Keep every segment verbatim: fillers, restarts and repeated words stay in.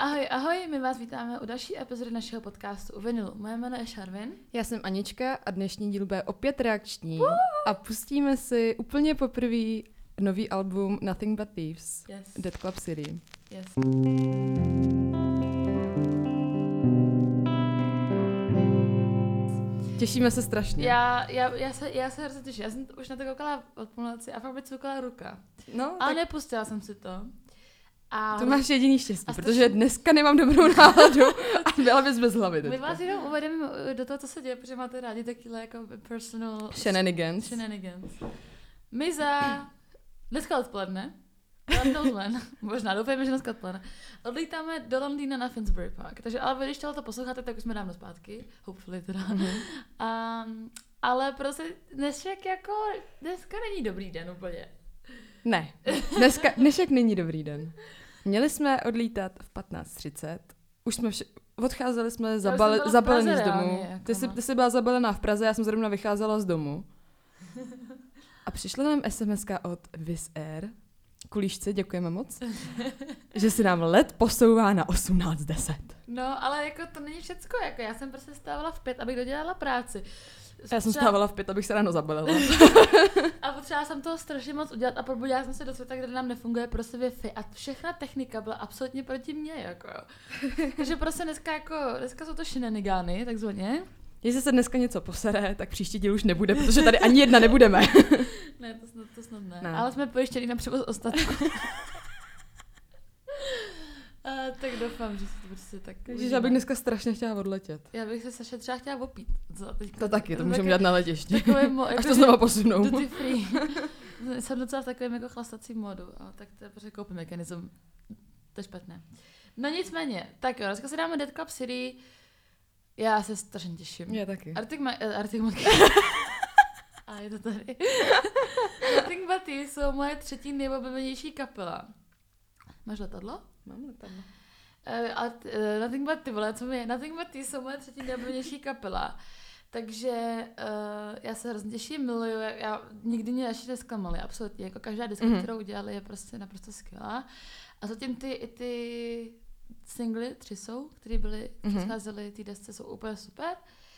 Ahoj, ahoj, my vás vítáme u další epizody našeho podcastu u Vinilu. Moje jméno je Šarvin. Já jsem Anička a dnešní díl bude opět reakční a pustíme si úplně poprvé nový album Nothing But Thieves, Yes. Dead Club City. Yes. Těšíme se strašně. Já, já, já, se, já se hrozně těším. Já jsem už na to koukala od půlnoci a fakt mi cukala ruka. No, Ale tak nepustila jsem si to. A to máš jediný štěstí, strašně... protože dneska nemám dobrou náladu a byla bys bez hlavy teďka. My vás jenom uvedeme do toho, co se děje, protože máte rádi takové jako personal... Shenanigans. Shenanigans. My za... Dneska odpoledne, ven, možná doufejme, že dneska odpoledne, odlítáme do Londýna na Finsbury Park. Takže ale když tohle posloucháte, tak už jsme dávno zpátky. Hopefully teda. Mm-hmm. Um, ale prostě dnešek jako... Dneska není dobrý den úplně. Ne, dneska, dnešek není dobrý den. Měli jsme odlítat v patnáct třicet. Už jsme vše, odcházeli jsme zabale, zabalení z domu. Jako ty, jsi, ty jsi byla zabalená v Praze, já jsem zrovna vycházela z domu. A přišla nám es em eska od Wizz Air. Kulíšce, děkujeme moc. Že si nám let posouvá na osmnáct deset. No, ale jako to není všecko. Jako já jsem prostě stávala v pět, abych dodělala práci. Já jsem stávala v pět, abych se ráno zabalela. A potřebovala jsem toho strašně moc udělat a probudila jsem se do světa, kde nám nefunguje prostě Wi-Fi a všechna technika byla absolutně proti mně, jako jo. Takže prostě dneska jako, dneska jsou to shenanigány, takzvaně. Jestli se dneska něco posere, tak příští díl už nebude, protože tady ani jedna nebudeme. Ne, to snad, to snad ne. ne. Ale jsme pojištěni na převoz ostatku. Uh, tak doufám, že se to prostě tak... Ježiš, já bych dneska strašně chtěla odletět. Já bych se Saše třeba chtěla opít. Co, teďka, to taky, to můžeme dělat na letišti. Mo- Až to znova posunou. Duty free. Jsem docela v takovém jako chlastacím módu, ale tak to je prostě koupím mechanism. To je špatné. No nicméně, tak jo, dneska si dáme Dead Club City. Já se strašně těším. Já taky. Arctic Ma- Arctic Monkey. A je to tady. Nothing But Thieves jsou moje třetí nejoblíbenější kapela. Máš letadlo? Mám letadlo. Uh, a t- uh, Nothing But, ty vole, co mi je? Nothing But Thieves jsou moje třetí nejoblíbenější kapela. Takže uh, já se hrozně těším, miluju, já, já nikdy mě ještě nesklamali, absolutně, jako každá diska, mm-hmm. kterou udělali, je prostě naprosto skvělá. A zatím ty, i ty singly, tři jsou, které byly, mm-hmm. přecházely, ty desce jsou úplně super.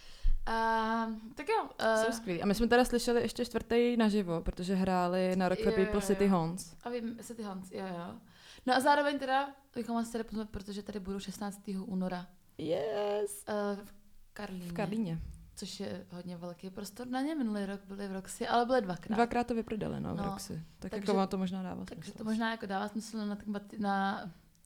A, tak jo. Uh, jsou skvělý. A my jsme teda slyšeli ještě čtvrtý naživo, protože hráli na Rock for People City Haunts. A vím, City Haunts, jo, jo. No a zároveň teda, bychom vás tady pozvat, protože tady budou šestnáctého února. Yes. Uh, v Karlíně. V Karlíně. Což je hodně velký prostor na ně. Minulý rok byli v Roxy, ale byly dvakrát. Dvakrát to vyprodali, no, v no, Roxy. Tak takže, jako má to možná dává smysl. Takže to možná jako dává smysl na, na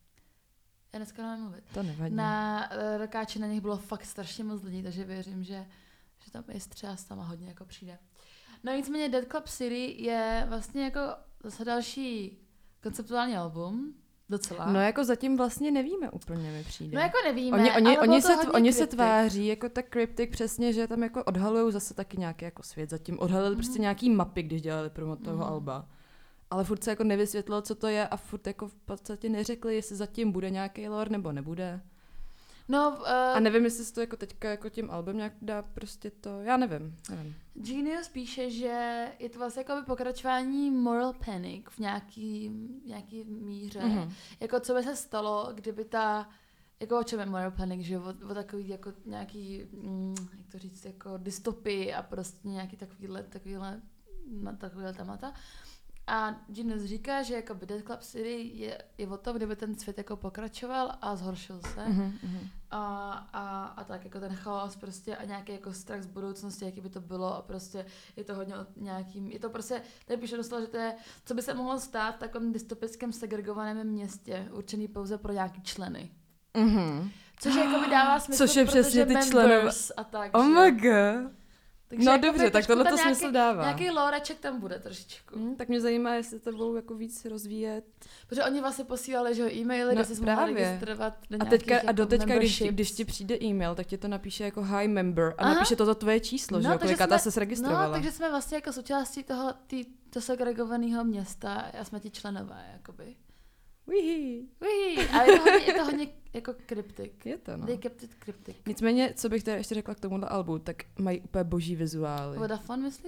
já dneska nemám mluvit. To nevadí. Na uh, rokáči na nich bylo fakt strašně moc lidí, takže věřím, že, že tam i třeba tam hodně jako přijde. No nicméně Dead Club City je vlastně jako zase další konceptuální album. Docela. No jako zatím vlastně nevíme úplně, mi přijde. No jako nevíme, Oni, oni, ale oni, se, oni se kryptik. tváří jako tak kryptik přesně, že tam jako odhalujou zase taky nějaký jako svět. Zatím odhalili mm-hmm. prostě nějaký mapy, když dělali promo toho mm-hmm. alba. Ale furt se jako nevysvětlilo, co to je a furt jako v podstatě neřekli, jestli zatím bude nějaký lore nebo nebude. No, uh, a nevím, jestli se to jako teďka jako tím albem nějak dá prostě to, já nevím, nevím. Genius píše, že je to vlastně jako pokračování Moral Panic v nějaký, nějaký míře. Mm-hmm. Jako co by se stalo, kdyby ta, jako o čem je Moral Panic, že o, o takový jako nějaký, mm, jak to říct, jako dystopii a prostě nějaký takovýhle, takovýhle, takovýhle témata. A Genius říká, že jako Dead Club City je, je o tom, kdyby ten svět jako pokračoval a zhoršil se. Mm-hmm. A, a, a tak jako ten chaos prostě a nějaký jako strach z budoucnosti, jaký by to bylo a prostě je to hodně o nějakým, je to prostě, tady píše dostalo, že to je, co by se mohlo stát v takovém dystopickém segregovaném městě, určený pouze pro nějaký členy. Mm-hmm. Což jako by dává smysl, což je přesně ty členové a tak. Oh my god. Takže no jako dobře, tak tohle to nějaký, smysl dává. Nějaký loreček tam bude trošičku. Hmm, tak mě zajímá, jestli to budou jako víc rozvíjet. Protože oni vlastně posílali, že e-maily, no, kde si mohla registrovat do a teďka, jako a doteďka, když, když ti přijde e-mail, tak ti to napíše jako hi member a Aha. napíše to za tvoje číslo, no, že jo, kolikátá se zregistrovala. No, takže jsme vlastně jako součástí toho, tý, to segregovaného města a jsme ti členové, jakoby. Wihi. Wihi. A je to hodně, je to hodně jako kryptik. Je to, no. They kept it kryptik. Nicméně, co bych teda ještě řekla k tomuhle albu, tak mají úplně boží vizuály. Vodafone, myslíš?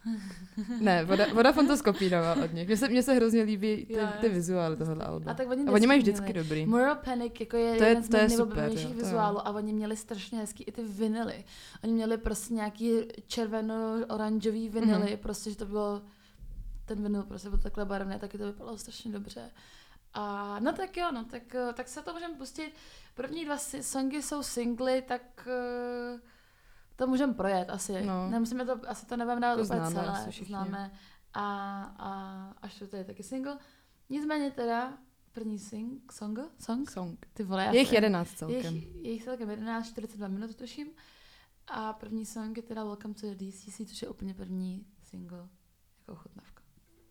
Ne, Voda, Vodafone to skopíroval od nich. Mně se, mně se hrozně líbí ty, Jo, ty vizuály tohohle alba. A tak oni, a oni mají vždycky vždycky dobrý. Moral Panic jako je To je- jeden z to je mých super, nejoblíbenějších jo, to jo. vizuálů a oni měli strašně hezký i ty vinily. Oni měli prostě nějaký červeno-oranžový vinily, Mhm. prostě, že to bylo, ten vinyl prostě byl takhle barevný, taky to vypadalo strašně dobře. A no tak jo, no tak, eh, tak se to můžeme pustit. První dva si- songy jsou singly, tak eh, to můžeme projet asi. No. Nemusíme to, asi to nebudeme dávat To úplně známe celé, asi všichni. známe. A, a až to je taky single. Nicméně teda první sing, song, song? Song. Ty vole, já Je jich jsem- jedenáct celkem. Jejich, jejich celkem jedenáct, čtyřicet dva minut tuším. A první song je teda Welcome to the D C C, což je úplně první single, jako ochutnávka.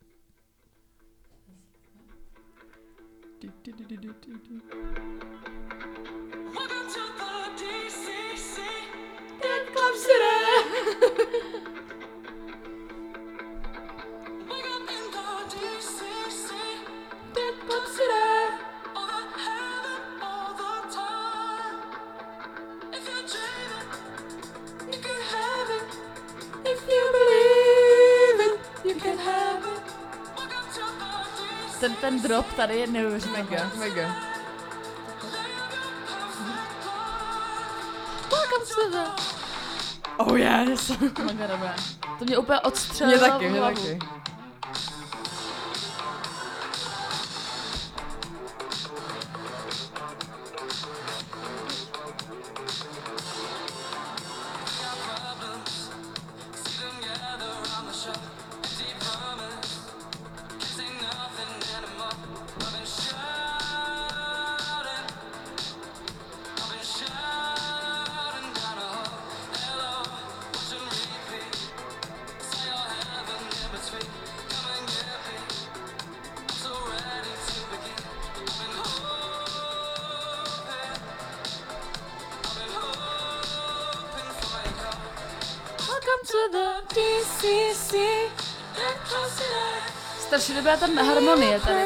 Welcome to the D C C. Dead Club City! Wake up in the D C C. Dead Club City! All the heaven, all the time. If you're dreaming, you can have it. If you believe it, you can have it. Welcome to the D C C. Ten, ten drop tady je neuvěřitelný. Mega, mega. Welcome to the... Oh yes. Mega dobré. To mě úplně odstřelilo Mě taky, mě hlavu. taky. Welcome to the D C C. Dead Club City. Strašně dobrá ta harmonie tady.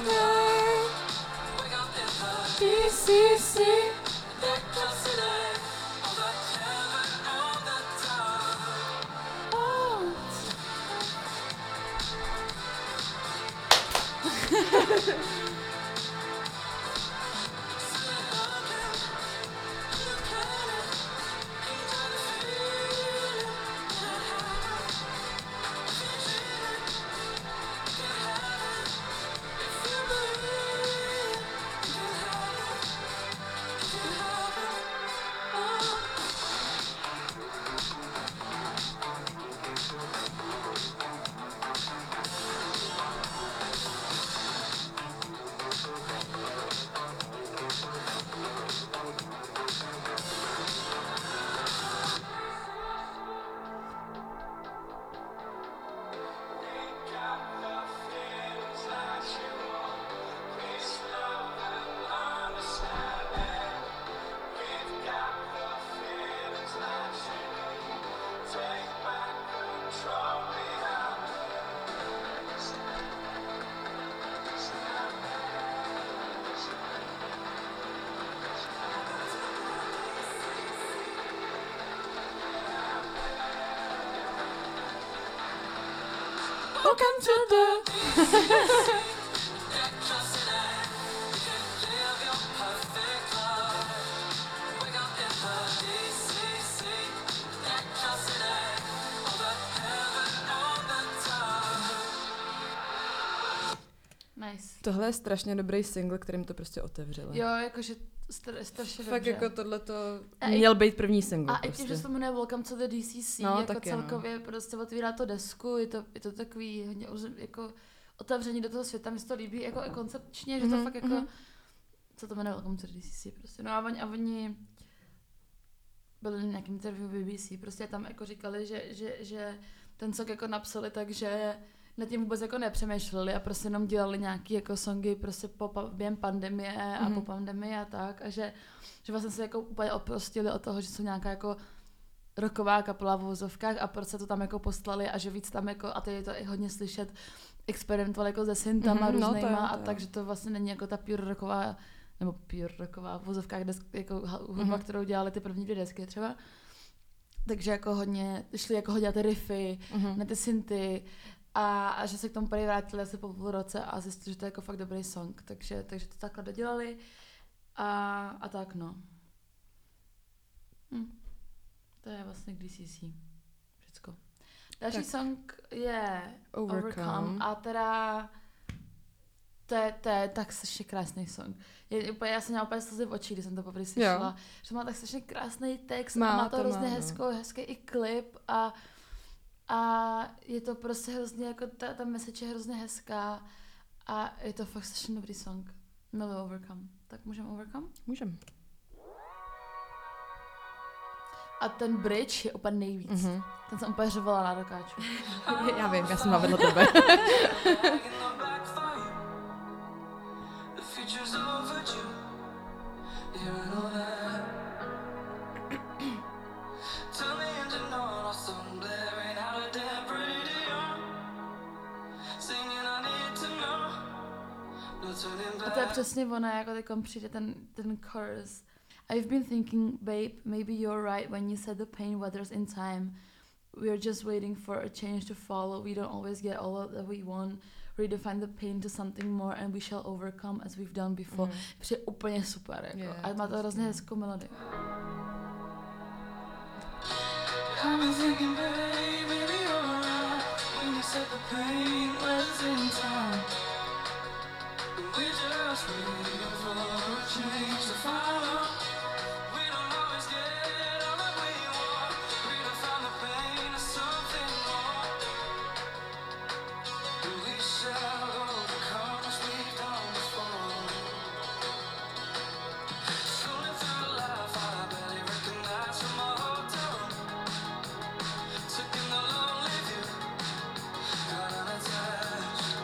D C C. Dead Club City. Oh. Welcome to the... Nice. Tohle je strašně dobrý single, kterým to prostě otevřelo. Jo, jakože str- strašně Fakt dobře. jako tohleto A i- měl být první single A i prostě. tím, že se to jmenuje Welcome to the D C C, No, jako taky, no. celkově prostě otvírá to desku, je to, je to takový hodně uz- jako otevření do toho světa, mi se to líbí jako i koncepčně, že to Mhm, fakt jako, mhm. co to jmenuje Welcome to the D C C prostě. No a oni, a oni byli na nějakém interview B B C, prostě tam jako říkali, že, že, že ten song jako napsali tak, že nad tím vůbec jako nepřemýšleli a prostě jenom dělali nějaký jako songy prostě po, pa- během pandemie a Mhm. po pandemii a tak a že, že vlastně se jako úplně oprostili od toho, že jsou nějaká jako rocková kapela v vozovkách a proč se to tam jako poslali a že víc tam jako, a teď je to i hodně slyšet, experimentovali jako se syntama Mhm, no to různýma jo, to a jo. tak, že to vlastně není jako ta pure rocková, nebo pure rocková v vozovkách desk, jako hudba, Mhm. kterou dělali ty první dvě desky třeba. takže jako hodně, šli jako hodně na ty riffy, Mhm. na ty synty a, a že se k tomu prý vrátili asi po půl roce a zjistili, že to je jako fakt dobrý song, takže, takže to takhle dodělali a, a tak no. Hm. To je vlastně k D C C. Všecko. Další Tak. song je Overcome. Overcome a teda to je, to je tak strašně krásný song. Je, úplně, já jsem měla úplně slzy v očích, když jsem to poprvé slyšela. Že má tak strašně krásný text Má, a má to to hrozně má, no. hezkou, hezký i klip a, a je to prostě hrozně, jako ta, ta message je hrozně hezká a je to fakt strašně dobrý song. Miluji Overcome. Tak můžeme Overcome? Můžem. A ten bridge je úplně nejvíc. Mhm. Ten jsem úplně řevala na dokáču. Já vím, já jsem má vedle tebe. Bag in the back for you. The future's overdue. Yeah, I know that. Tell me and you know our song blaring out a damn radio. Singing I need to know. No turning A to je back. přesně ona, jako teď přijde ten, ten chorus. I've been thinking, babe, maybe you're right when you said the pain weathers in time. We're just waiting for a change to follow. We don't always get all that we want. Redefine the pain to something more and we shall overcome as we've done before. Mhm. Přijde úplně super, jako. Je, A má to to hrozně je. hezkou melodii. I've been thinking, babe, maybe you're right when you said the pain was in time. We just waiting for a change to follow. We don't always get all that we want. Redefine the pain to something more. We shall overcome as we've done before. Scrolling through life, I barely recognize from my hotel room. Took in the lonely view, got unattached.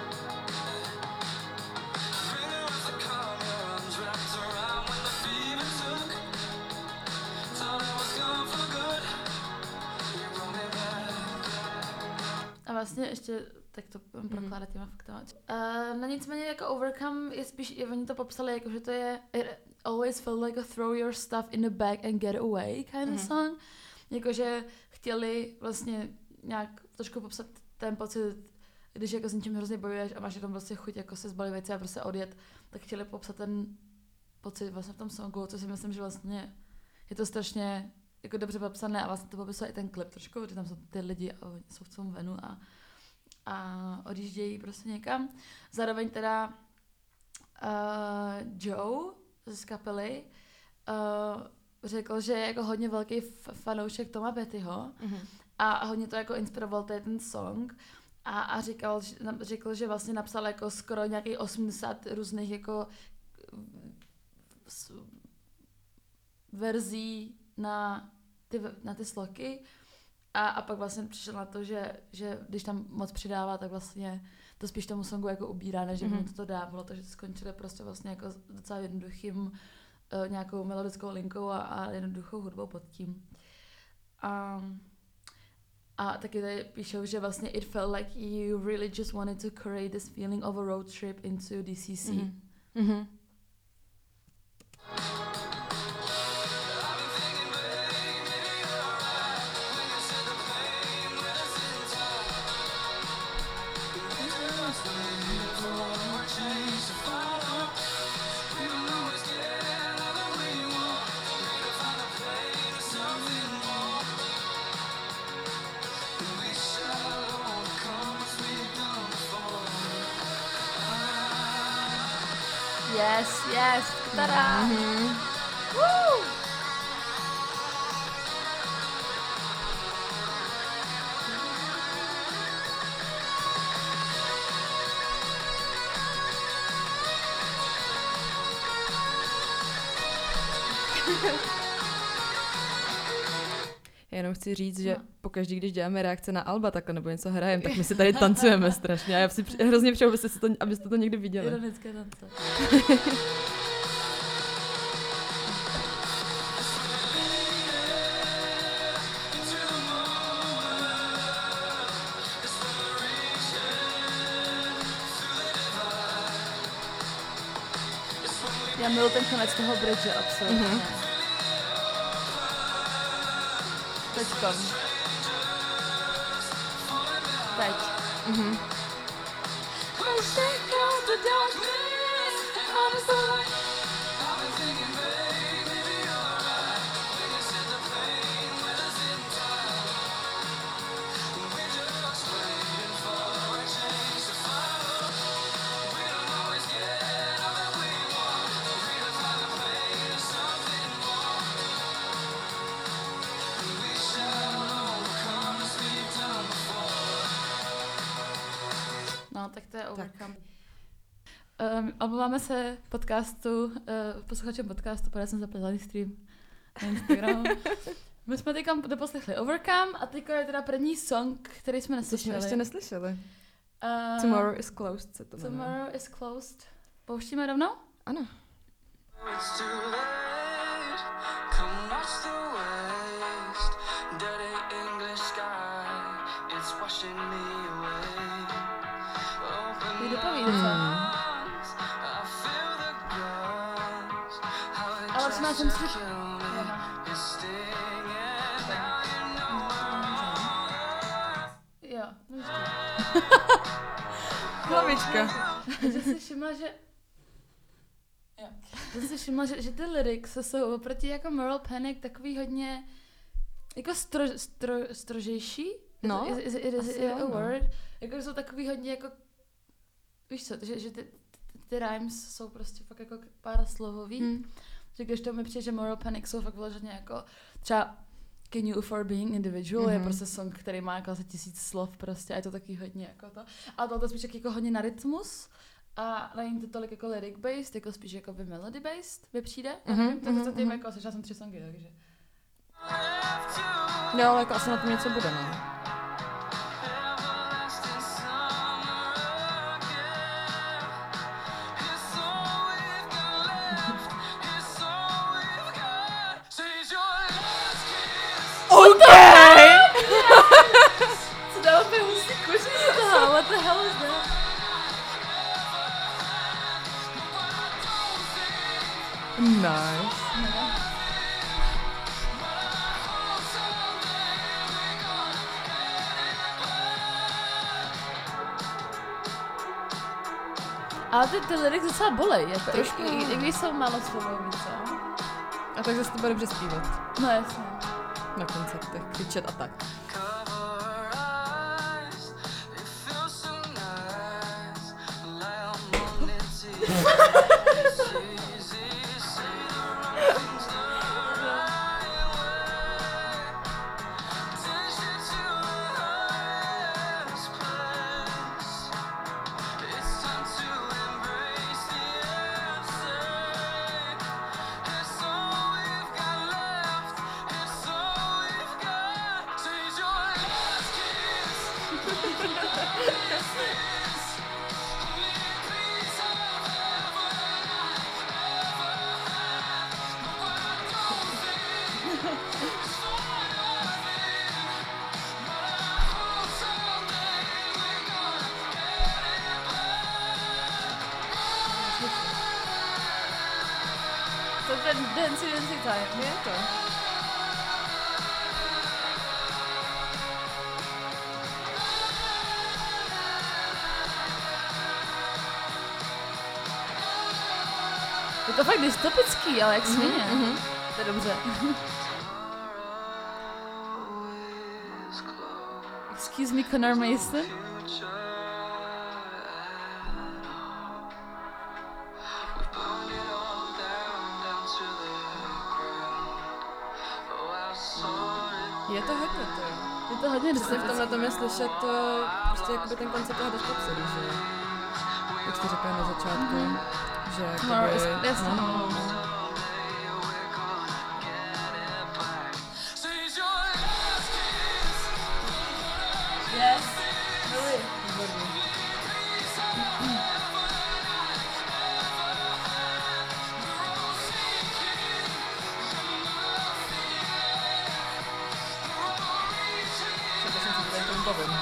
Ringer with the calm, your arms wrapped around when the fever took. Thought I was gone for good. You brought me back. A vlastně ještě tak to budem prokládat těma faktama. Uh, no nicméně jako Overcome je spíš, je, oni to popsali jako, že to je it always felt like a throw your stuff in the bag and get away kind of Mhm. song. Jakože chtěli vlastně nějak trošku popsat ten pocit, když jako s něčím hrozně bojuješ a máš tam prostě chuť jako se zbalit věci a prostě odjet, tak chtěli popsat ten pocit vlastně v tom songu, co si myslím, že vlastně je to strašně jako dobře popsané a vlastně to popisuje i ten klip trošku, protože tam jsou ty lidi a oni jsou v tom venu a, a odjíždějí prostě někam. Zároveň teda uh, Joe z kapely uh, řekl, že je jako hodně velký f- fanoušek Toma Pettyho Mhm. a, a hodně to jako inspiroval tady ten song a, a říkal, že, na- řekl, že vlastně napsal jako skoro nějakých osmdesát různých jako s- verzí na ty, na ty sloky a, a pak vlastně přišel na to, že, že když tam moc přidává, tak vlastně to spíš tomu songu jako ubírá, než by mu Mhm. to, to dávalo, takže to skončilo prostě vlastně jako s docela jednoduchým uh, nějakou melodickou linkou a, a jednoduchou hudbou pod tím. A, a taky tady píšou, že vlastně it felt like you really just wanted to create this feeling of a road trip into D C C. Mhm. Mhm. Yes, yes, tada! Mhm. Woo! Já jenom chci říct, že No. pokaždý, když děláme reakce na Alba takhle nebo něco hrajeme, tak my si tady tancujeme strašně. A já si při- hrozně přeju, abyste, si to, abyste to někdy viděli. Ironické tance. Já miluji ten konec toho bridge, absolutně. Mhm. Teďkom. Teď. Mhm. No, tak to je Overcome. Um, omlouváme se podcastu, uh, posluchačem podcastu, protože jsem zapletla stream na Instagramu. My jsme teďka doposlechli Overcome a teďka je teda první song, který jsme To jsme neslyšeli. ještě neslyšeli. Uh, Tomorrow is closed se to jmenuje. Tomorrow is closed. Pouštíme rovnou? Ano. It's too late. Come watch the waste. Dirty English sky. It's washing me away. Open Jde povídat, co? arms. I feel the guns. How it Ale třeba jsem tries si... to kill me. It's stinging. Now you know Jo, no ještě. Hlavička. Já jsem si všimla, že... Jo. Já jsem si všimla, že, že ty lyrics jsou oproti jako Moral Panic takový hodně jako stro, stro, strožejší. No, Is, is, is, is, asi is jo, a no. word. Jako jsou takový hodně jako... Víš co, že, že ty, ty, ty rhymes jsou prostě fakt jako pár slovový. Hmm. Že když to mi přijde, že Moral Panic jsou fakt vyloženě jako třeba Can You For Being Individual mm-hmm. je Mhm. prostě song, který má jako asi tisíc slov prostě a je to taky hodně jako to. A tohle spíš jako hodně na rytmus a není to tolik jako lyric based, jako spíš jako by melody based mi přijde. Mhm, Mm-hmm, tak mhm, to tím mhm. jako slyšela jsem tři songy, takže. Jo, ale jako asi na tom něco bude, no. everlasting summer again. It's all we've got left. It's all we've got. She's your last kiss. Okay! Co dalo mi husí kuši z toho? What the hell is that? Nice. Ale ty, ty lyrics docela bolej, jako Trošku. i, i, i když jsou málo slovový, co? A tak zase to bude dobře zpívat. No jasně. Na koncertech, křičet a tak. Cover her eyes. It feels so nice. Lie on Monday It's easy. Say the right things the right way. Takes you to the highest place. It's time to embrace the answer. It's all we've got left. It's all we've got. She's your last kiss. Is this only a piece of heaven I've ever had? But I don't think it's for nothing. But I hope someday we're gonna get it back. To ten Dancy Dancy Time. Je to. Je to fakt dystopický, ale jak svině. Mhm. To je dobře. Excuse me, Connor Mason. Je to hodně to. Je to hodně Přesně v dystopický. tomhle tom je slyšet uh, prostě jakoby ten koncept toho deskopsedy, že jak jste říkala na začátku, že Tomorrow jakoby, is- jasně. no, no, no. She's your last kiss. Yes. Really. Výborný. Třeba jsem si tady tomu bavím.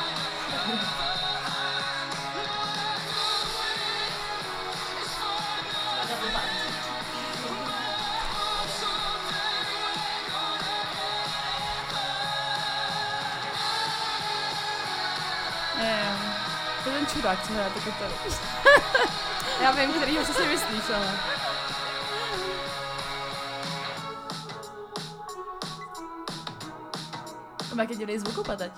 čurák, co hraje taky tady. Já vím, kterýho si myslíš, ale... To má jaký dělej zvuku, teď.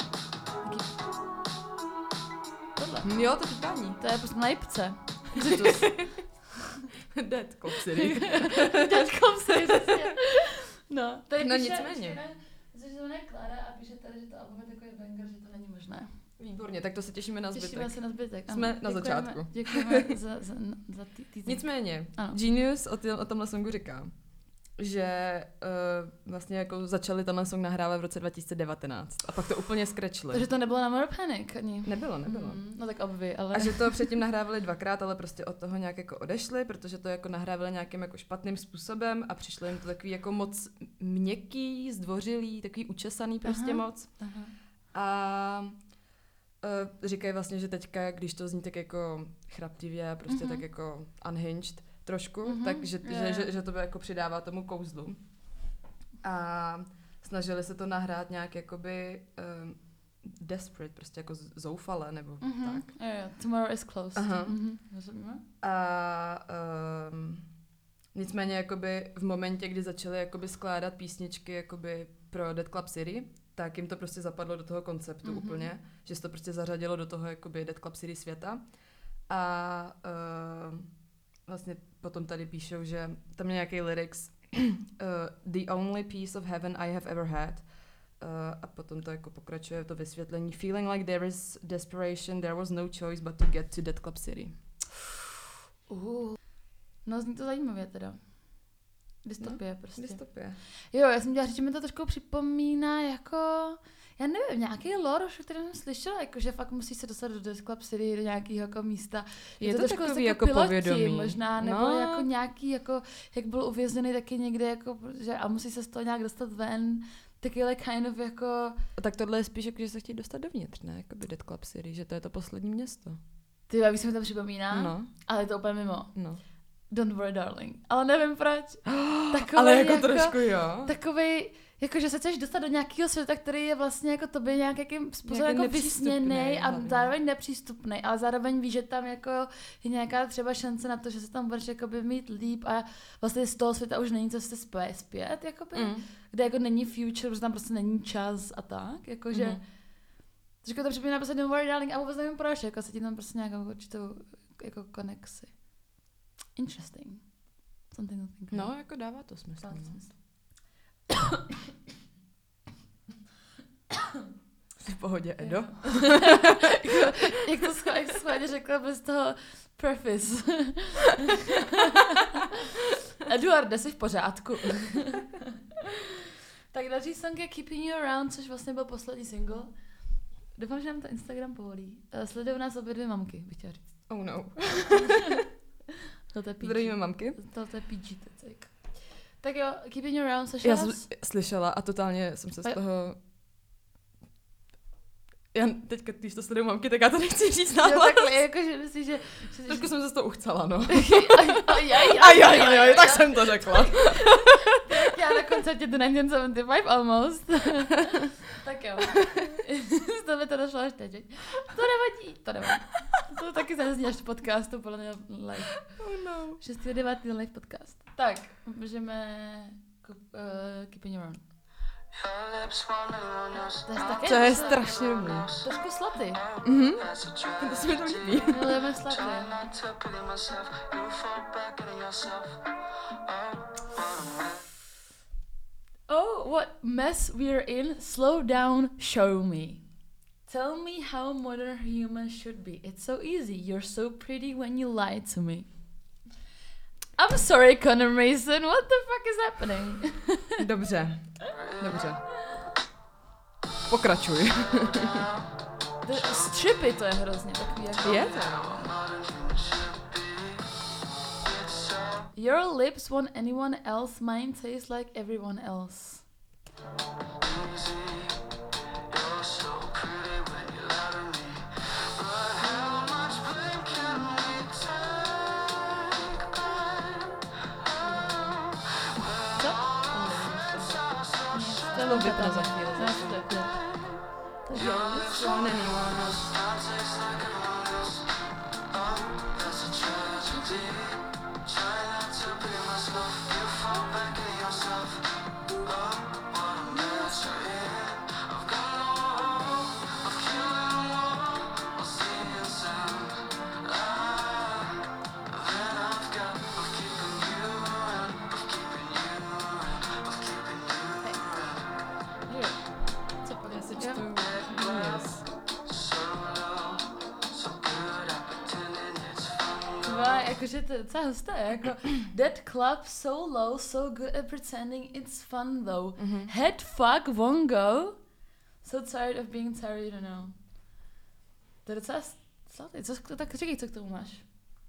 Tohle. Jo, to pítání. To je prostě na jipce. Citus. Dead Club City. Dead Club City, přesně. No, tady No, píše, nicméně. Že se jmenuje Klára a píše tady, že to album je takový banger, že to není možné. Výborně, tak to se těšíme na zbytek. Těšíme se na zbytek. Jsme ano. na Děkujeme, začátku. Děkujeme za, za, za ty, ty Nicméně, ano. Genius o, tě, o tomhle songu říká, že uh, vlastně jako začali tenhle song nahrávat v roce dva tisíce devatenáct a pak to úplně skrečli. Takže to nebylo na More Panic ani. Nebylo, nebylo. Mm, no tak obvy, ale... A že to předtím nahrávali dvakrát, ale prostě od toho nějak jako odešli, protože to jako nahrávali nějakým jako špatným způsobem a přišlo jim to takový jako moc měkký, zdvořilý, takový učesaný prostě Aha. moc. Aha. A uh, říkají vlastně, že teďka, když to zní tak jako chraptivě, prostě Mhm. tak jako unhinged trošku, Mhm, takže jo, že, jo. že, že to jako přidává tomu kouzlu. A snažili se to nahrát nějak jakoby um, desperate, prostě jako z- zoufale, nebo Mhm. tak. Jo, jo. Tomorrow is closed. Aha. Mhm. Rozumíme? A um, nicméně jakoby v momentě, kdy začali jakoby skládat písničky jakoby pro Dead Club City, tak jim to prostě zapadlo do toho konceptu Mhm. úplně, že se to prostě zařadilo do toho jakoby Dead Club City světa. A uh, vlastně potom tady píšou, že tam je nějaký lyrics uh, The only piece of heaven I have ever had. Uh, a potom to jako pokračuje to vysvětlení. Feeling like there is desperation, there was no choice but to get to Dead Club City. Uh. No, zní to zajímavě teda. Dystopie no, prostě. Dystopie. Jo, já jsem dělala říct, že mi to trošku připomíná jako, já nevím, nějaký lore, už, který jsem slyšela, jako, že fakt musíš se dostat do Dead Club City, do nějakého jako místa. Je to trošku takový jako, jako piloti povědomí. možná, nebo No. jako nějaký, jako, jak byl uvězněný taky někde, jako, že, a musí se z toho nějak dostat ven, taky kind of jako... A tak tohle je spíš jako, že se chtějí dostat dovnitř, ne? Jako by Dead Club City, že to je to poslední město. Ty, já víš, mi to připomíná, No, ale je to úplně mimo. no. Don't worry, darling. Ale nevím proč. Takovej Ale jako, jako trošku jo. Takovej, jako že se chceš dostat do nějakého světa, který je vlastně jako tobě nějakým způsobem Nějaký jako vysněný nepřístupnej a hlavně. zároveň nepřístupný, ale zároveň víš, že tam jako je nějaká třeba šance na to, že se tam budeš jakoby mít líp a vlastně z toho světa už není cesty zpět, zpět jakoby, Mm. kde jako není future, protože tam prostě není čas a tak, jakože Mhm. Říkám, to připomíná prostě Don't worry, darling, a vůbec nevím proč, jako se ti tam prostě nějakou určitou jako konexi. Interesting. Something to think about. No, jako dává to smysl. Dává to No. smysl. Jsi v pohodě, Edo? Jo. jak to schválně, jak to schválně řekla bez toho preface. Eduarde, jsi v pořádku. Tak další song je Keeping You Around, což vlastně byl poslední single. Doufám, že nám to Instagram povolí. Uh, Sledují nás obě dvě mamky, bych chtěla říct. Oh no. To je P G. Zdravíme mamky. To je P G tecek. Tak jo, Keeping You Around, což Já je jsem nás... slyšela a totálně jsem se z A- toho... Já teďka, když to sleduju mamky, tak já to nechci říct Jo, nahlas. takhle, jakože myslíš, že... že Trošku jsem se z toho uchcela, no. Ajaj, Aj, aj, aj, aj, tak jsem to řekla. Já na koncertě do devatenáct sedmdesát pět almost. Tak jo. To by to došlo až teď. veď? To nevadí, to nevadí. To taky zazní až v podcastu, podle mě live. Oh no. šestého devátého live podcast. Tak, můžeme uh, Keeping You Around. To je taky To je trošku- strašně dobrý. Trošku slaty. Mhm. To se mi to líbí. Milujeme slaty. Oh, what mess we're in. Slow down, show me. Tell me how modern humans should be. It's so easy. You're so pretty when you lie to me. I'm sorry, Connor Mason. What the fuck is happening? Dobře. Dobře. Pokračuj. The stripy to je hrozně takový jako... Je to? Your lips want anyone else, mine tastes like everyone else. Co? To je vypne za chvíli. Your lips want anyone else. Try not to be myself. You fall back at yourself. Oh, what a mess you're in. I've got no hope of killing one or seeing sound. Ah, then I've got of keeping you around, of keeping you around, of keeping you around. Co pak? Já si Jo. čtu Genius. So low, so good at pretending it's fun. Dva, jakože to je docela husté, jako that club so low, so good at pretending it's fun though. Mhm. Head fuck won't go. So tired of being tired, you don't know. To je docela sladý. Co, to tak říkej, co k tomu máš.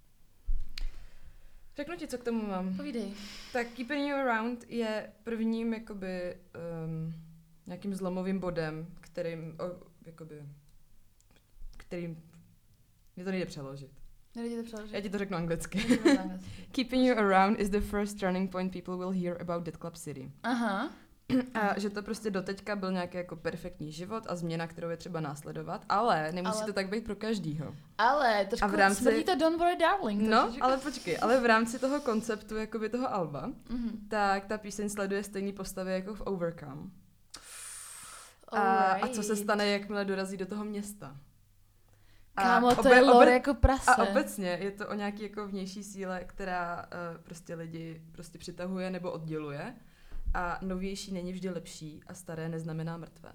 Řeknu ti, co k tomu mám. Povídej. Tak Keeping You Around je prvním jakoby um, nějakým zlomovým bodem, kterým, o, jakoby, kterým, mě to nejde přeložit. Nejde to přeložit. Já ti to řeknu anglicky. Můžeme to anglicky. Keeping You Around is the first turning point people will hear about Dead Club City. Aha. A že to prostě doteďka byl nějaký jako perfektní život a změna, kterou je třeba následovat, ale nemusí Ale- to tak být pro každýho. Ale trošku A v rámci- smrdí to Don't Worry Darling. No, ale počkej, ale v rámci toho konceptu jakoby toho alba, Mhm. tak ta píseň sleduje stejný postavy jako v Overcome. A, a co se stane, jakmile dorazí do toho města. A Kámo, to obe- je lore obe- jako prase. A obecně je to o nějaký jako vnější síle, která uh, prostě lidi prostě přitahuje nebo odděluje. A novější není vždy lepší a staré neznamená mrtvé.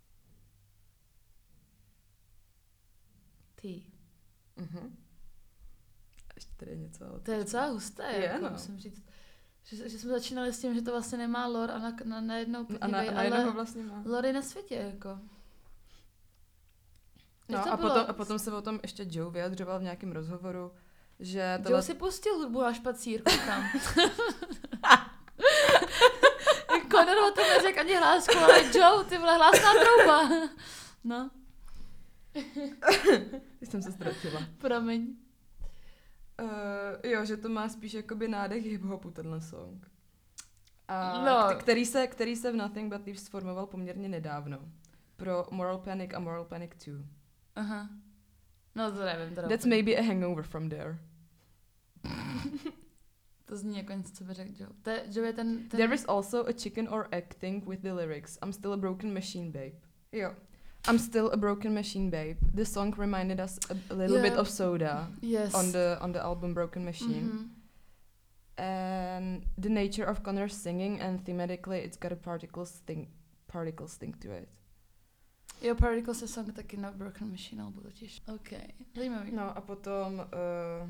Ty. Mhm. Ještě tady je něco. ale To je docela husté, Je, jako, no. musím říct. Že, že jsme začínali s tím, že to vlastně nemá lore a na, na, najednou A na, podívej, na jednou ho ale vlastně má. lore je na světě, jako. Jak No to a bylo? potom, a potom se o tom ještě Joe vyjadřoval v nějakém rozhovoru, že Joe si pustil hudbu na špacírku tam. Conor o tom neřekl ani hlásku, ale Joe, ty vole, hlásná trouba. No, Teď jsem se ztratila. promiň. Uh, jo, že to má spíš jakoby nádech hip-hopu tenhle song. A No. k- který, se, který se v Nothing But Thieves sformoval poměrně nedávno. Pro Moral Panic a Moral Panic two. Aha. No to nevím, teda. That's úplně. maybe a hangover from there. To zní jako něco, co by řekl Joe. To je, Joe je ten... ten... There is also a chicken or egg thing with the lyrics. I'm still a broken machine, babe. Jo. I'm still a broken machine, babe. The song reminded us a, a little Yeah. bit of Soda Yes. on the on the album Broken Machine. Mhm. And the nature of Connor's singing and thematically it's got a particle sting, particle sting to it. Jo, Particles je song taky na Broken Machine albu totiž. OK, zajímavý. No a potom... Uh,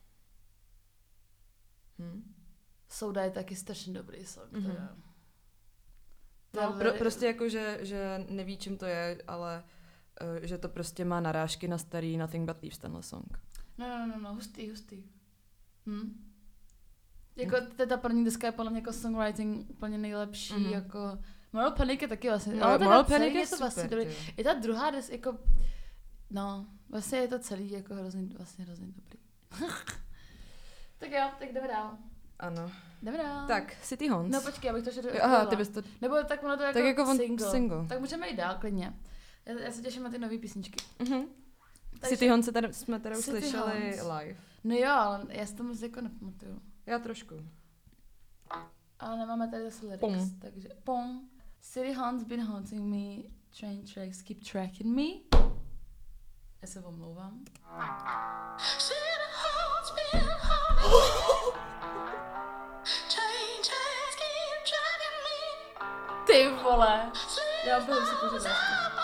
hm? Soda je taky strašně dobrý song. Mhm. Teda. No, pro, prostě jako, že, že neví, čím to je, ale uh, že to prostě má narážky na starý Nothing But Thieves, tenhle song. No, no, no, no, hustý, hustý. Hm? Jako t- ta první deska je podle mě jako songwriting úplně nejlepší, Mhm. jako... Moral Panic je taky vlastně, No, ale ten Moral celý Panic je to vlastně super, dobrý. ty. I ta druhá deska, jako... No, vlastně je to celý jako hrozně, vlastně hrozně dobrý. Tak jo, tak jdeme dál. Ano. Jdeme dál. Tak, City Haunts. No počkej, abych to ještě Jo, aha, ty bys to... Nebo tak ono to jako, Tak jako on single. single. Tak můžeme jít dál, klidně. Já, já se těším na ty nové písničky. Mhm. Takže- City Haunts se tady, jsme teda City uslyšeli Haunts. live. No jo, ale já si to moc jako nepamatuju. Já trošku. Ale nemáme tady zase lyrics, Pom. takže pom. City haunts been haunting me, train tracks keep tracking me. Já se omlouvám. See the heart's been haunting me. Train tracks keep dragging me. Ty vole! Já budu si pořádat.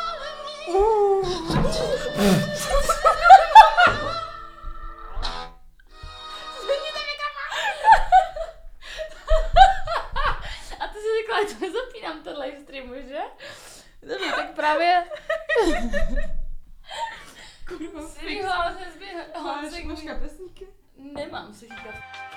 A ty si řekla, že to nezapínám ten live streamu, že? Dobře, tak právě... Kurva, City haunts has been haunting me. kapesníky? Nemám si říkat.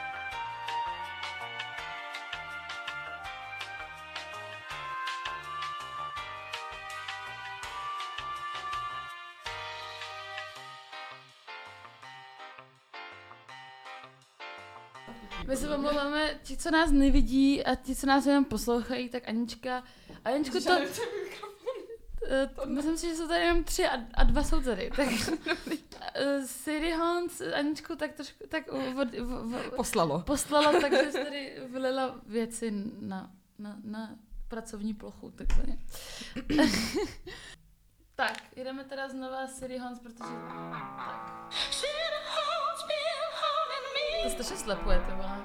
My se omlouváme, ti, co nás nevidí a ti, co nás jenom poslouchají, tak Anička... Aničku to... Uh, myslím si, že jsou tady jenom tři a, a dva jsou tady. Tak uh, Sadie Hans, Aničku, tak trošku tak uh, v, v, v, Poslalo. poslala, takže se tady vylila věci na, na, na pracovní plochu, takzvaně. Tak, jdeme teda znova Sadie Hans, protože... Tak. To strašně slepuje, to vole.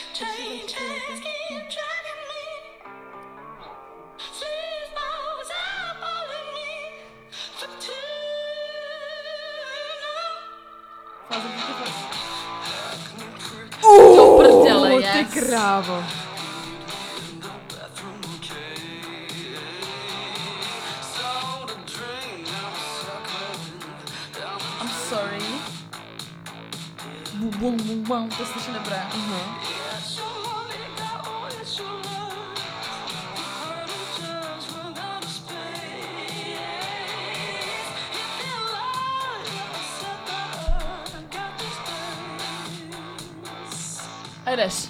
Uuuu, prdele, ty yes. krávo. I'm sorry. Bum, bum, bum, bum, to je strašně dobré. Uh-huh. A jdeš.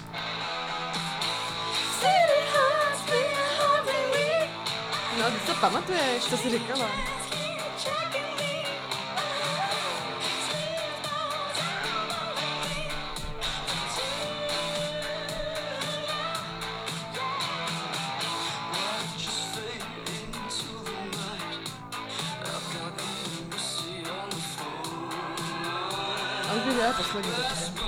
No, ty to pamatuješ, co jsi říkala. A už bych dělala poslední teďka.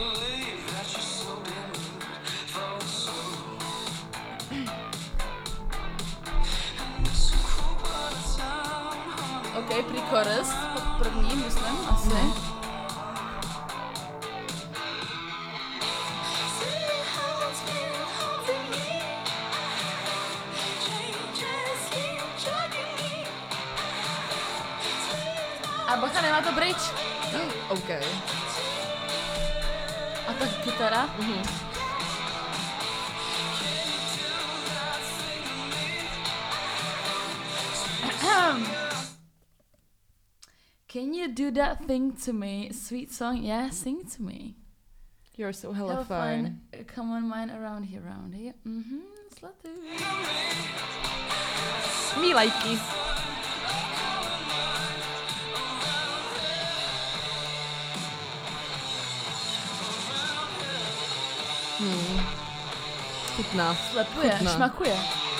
OK, pre-chorus, první, myslím, asi. No. A bacha, nemá to bridge. OK. A tak kytara. Mhm. Can you do that thing to me? Sweet song, yeah, sing it to me. You're so hella Hella fine. fine. Come on, mine around here, around here. Mhm, slatu. Mý lajky. Hmm. Chutná. Slepuje, Chutná. šmakuje.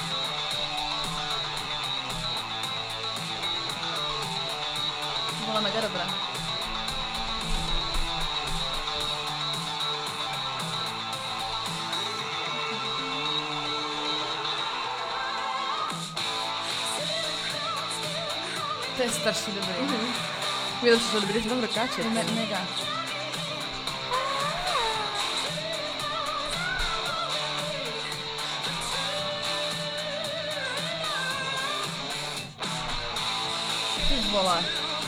Byla mega dobrá. To je strašně dobrý. Mhm. Mě to přišlo dobrý, že tam dokáčet. Me- mega. Ty vole.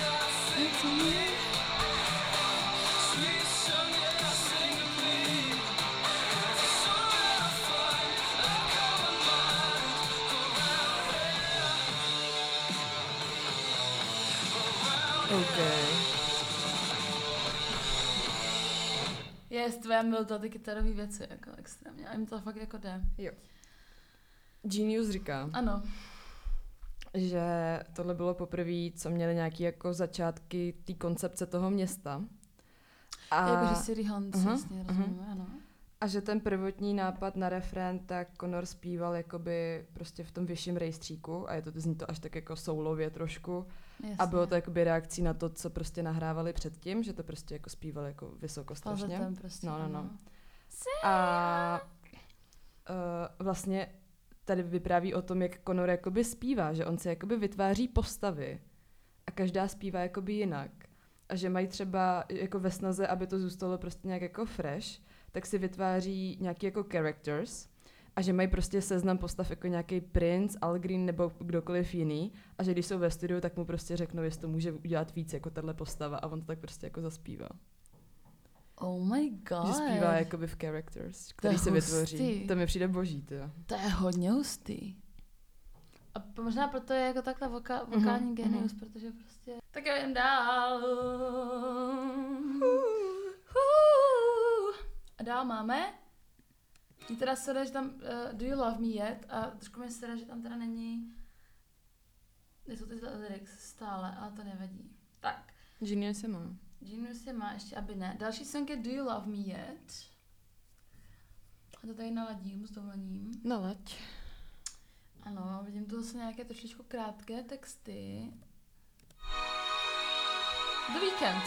OK. Je, tvé miluji to ty kytarové věci, jako extrémně. A jim to fakt jako jde. Jo. Genius říká, Ano. že tohle bylo poprvé, co měli nějaký jako začátky té koncepce toho města. A, Jakože Sadie Hans, Aha, jasně, aha. rozumím, ano. a že ten prvotní nápad na refrén, tak Connor zpíval jakoby prostě v tom vyšším rejstříku a je to, zní to až tak jako soulově trošku. Jasně. A bylo to jakoby reakcí na to, co prostě nahrávali předtím, že to prostě jako zpíval jako vysoko strašně. Falzetem prostě, No, no, no. ano. A uh, vlastně tady vypráví o tom, jak Connor jakoby zpívá, že on si jakoby vytváří postavy a každá zpívá jakoby jinak. A že mají třeba jako ve snaze, aby to zůstalo prostě nějak jako fresh, tak si vytváří nějaký jako characters a že mají prostě seznam postav jako nějaký Prince, Al Green nebo kdokoliv jiný a že když jsou ve studiu, tak mu prostě řeknou, jestli to může udělat víc jako tahle postava a on to tak prostě jako zaspívá. Oh my god. Že zpívá jakoby v characters, který je se vytvoří. hustý. To mi přijde boží, tyjo. To je hodně hustý. A p- možná proto je jako takhle voka- Mhm, vokální mhm. genius, protože prostě... Tak já jen dál. A dál máme. Mně teda sere, že tam uh, Do You Love Me Yet a trošku mi sere, že tam teda není Nejsou ty lyrics stále, ale to nevadí. Tak. Genius je má. Genius je má, ještě aby ne. Další song je Do You Love Me Yet? A to tady naladím s dovolením. Nalaď. Ano, vidím tu zase nějaké trošičku krátké texty. The Weeknd.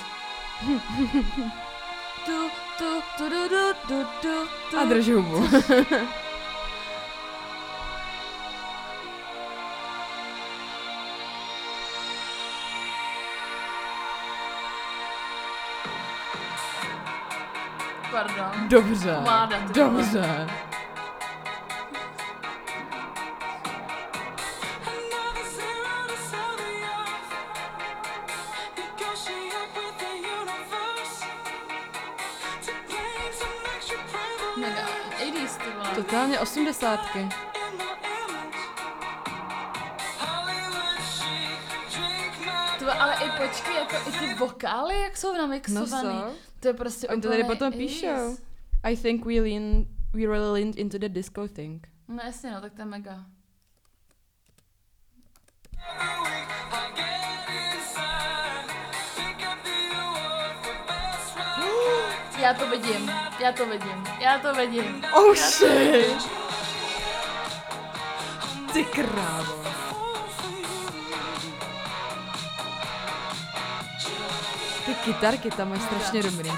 tu, tu, tu, tu, tu, tu, tu, tu. A drž hubu. Pardon. Dobře. Pomáda, to Dobře. Mega. osmdesátky ty vole. Totálně osmdesátky. To, ale i počkej, jako i ty vokály, jak jsou namixovaný. No so. To je prostě Oni to tady úplnej potom ace. píšou. I think we lean, we really leaned into the disco thing. No jasně, no, tak to je mega. Já to vidím, já to vidím, já to vidím. Oh Já to shit! Ty krávo. Ty kytarky tam mají strašně dobrý.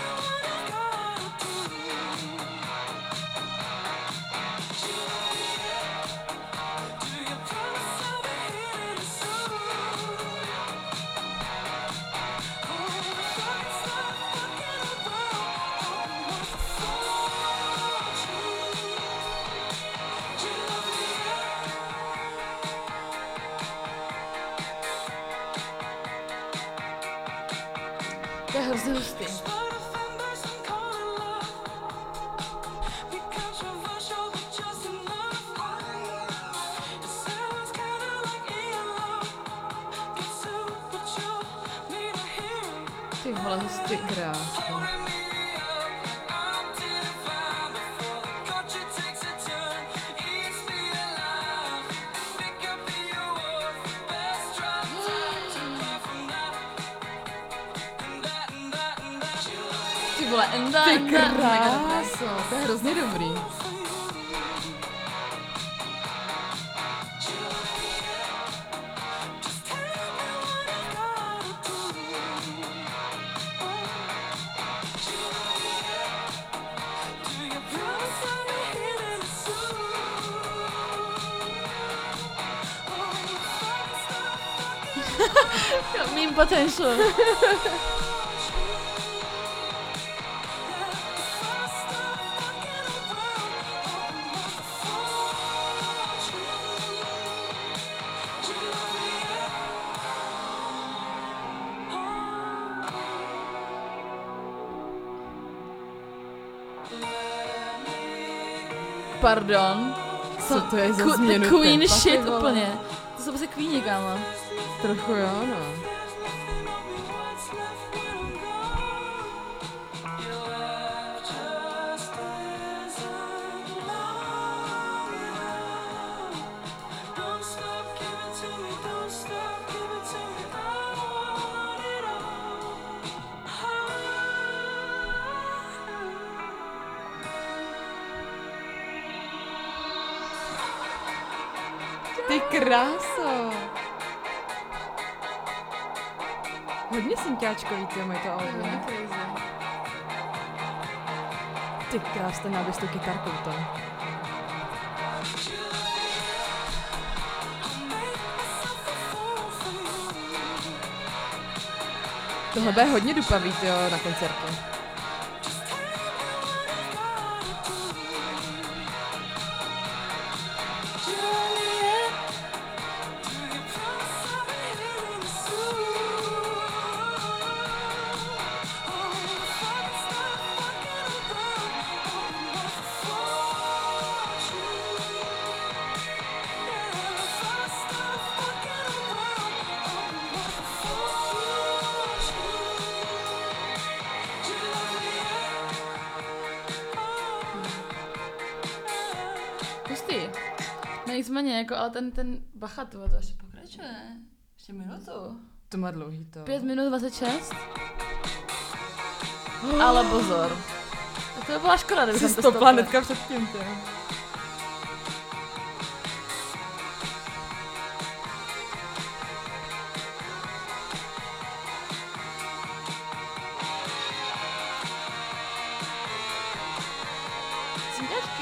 To je hrozně hustý. Ty vole, hustý. Krásný. Ty vole, enda, Ty enda. Mega dobré. kráso, to je hrozně dobrý. Meme potential. Pardon. Co to je za Ku- změnu Queen tempa, ty shit vole? úplně. To jsou prostě Queeni, kámo. Trochu jo, no. Ty kráso. Hodně synťáčkový, ty mají to album. Hodně crazy. Ty krás, ten náběh s tou kytarkou tam. Tohle bude hodně dupavý, tyjo, na koncertě. Hustý. No nicméně, jako, ale ten, ten bacha, to, to ještě pokračuje. pokračuje. Ještě minutu. To má dlouhý to. pět minut dvacet šest. Ale pozor. Tak to by byla škoda, kdybychom Jsi to stopla stopli. hnedka před tím, ty. Snídačky.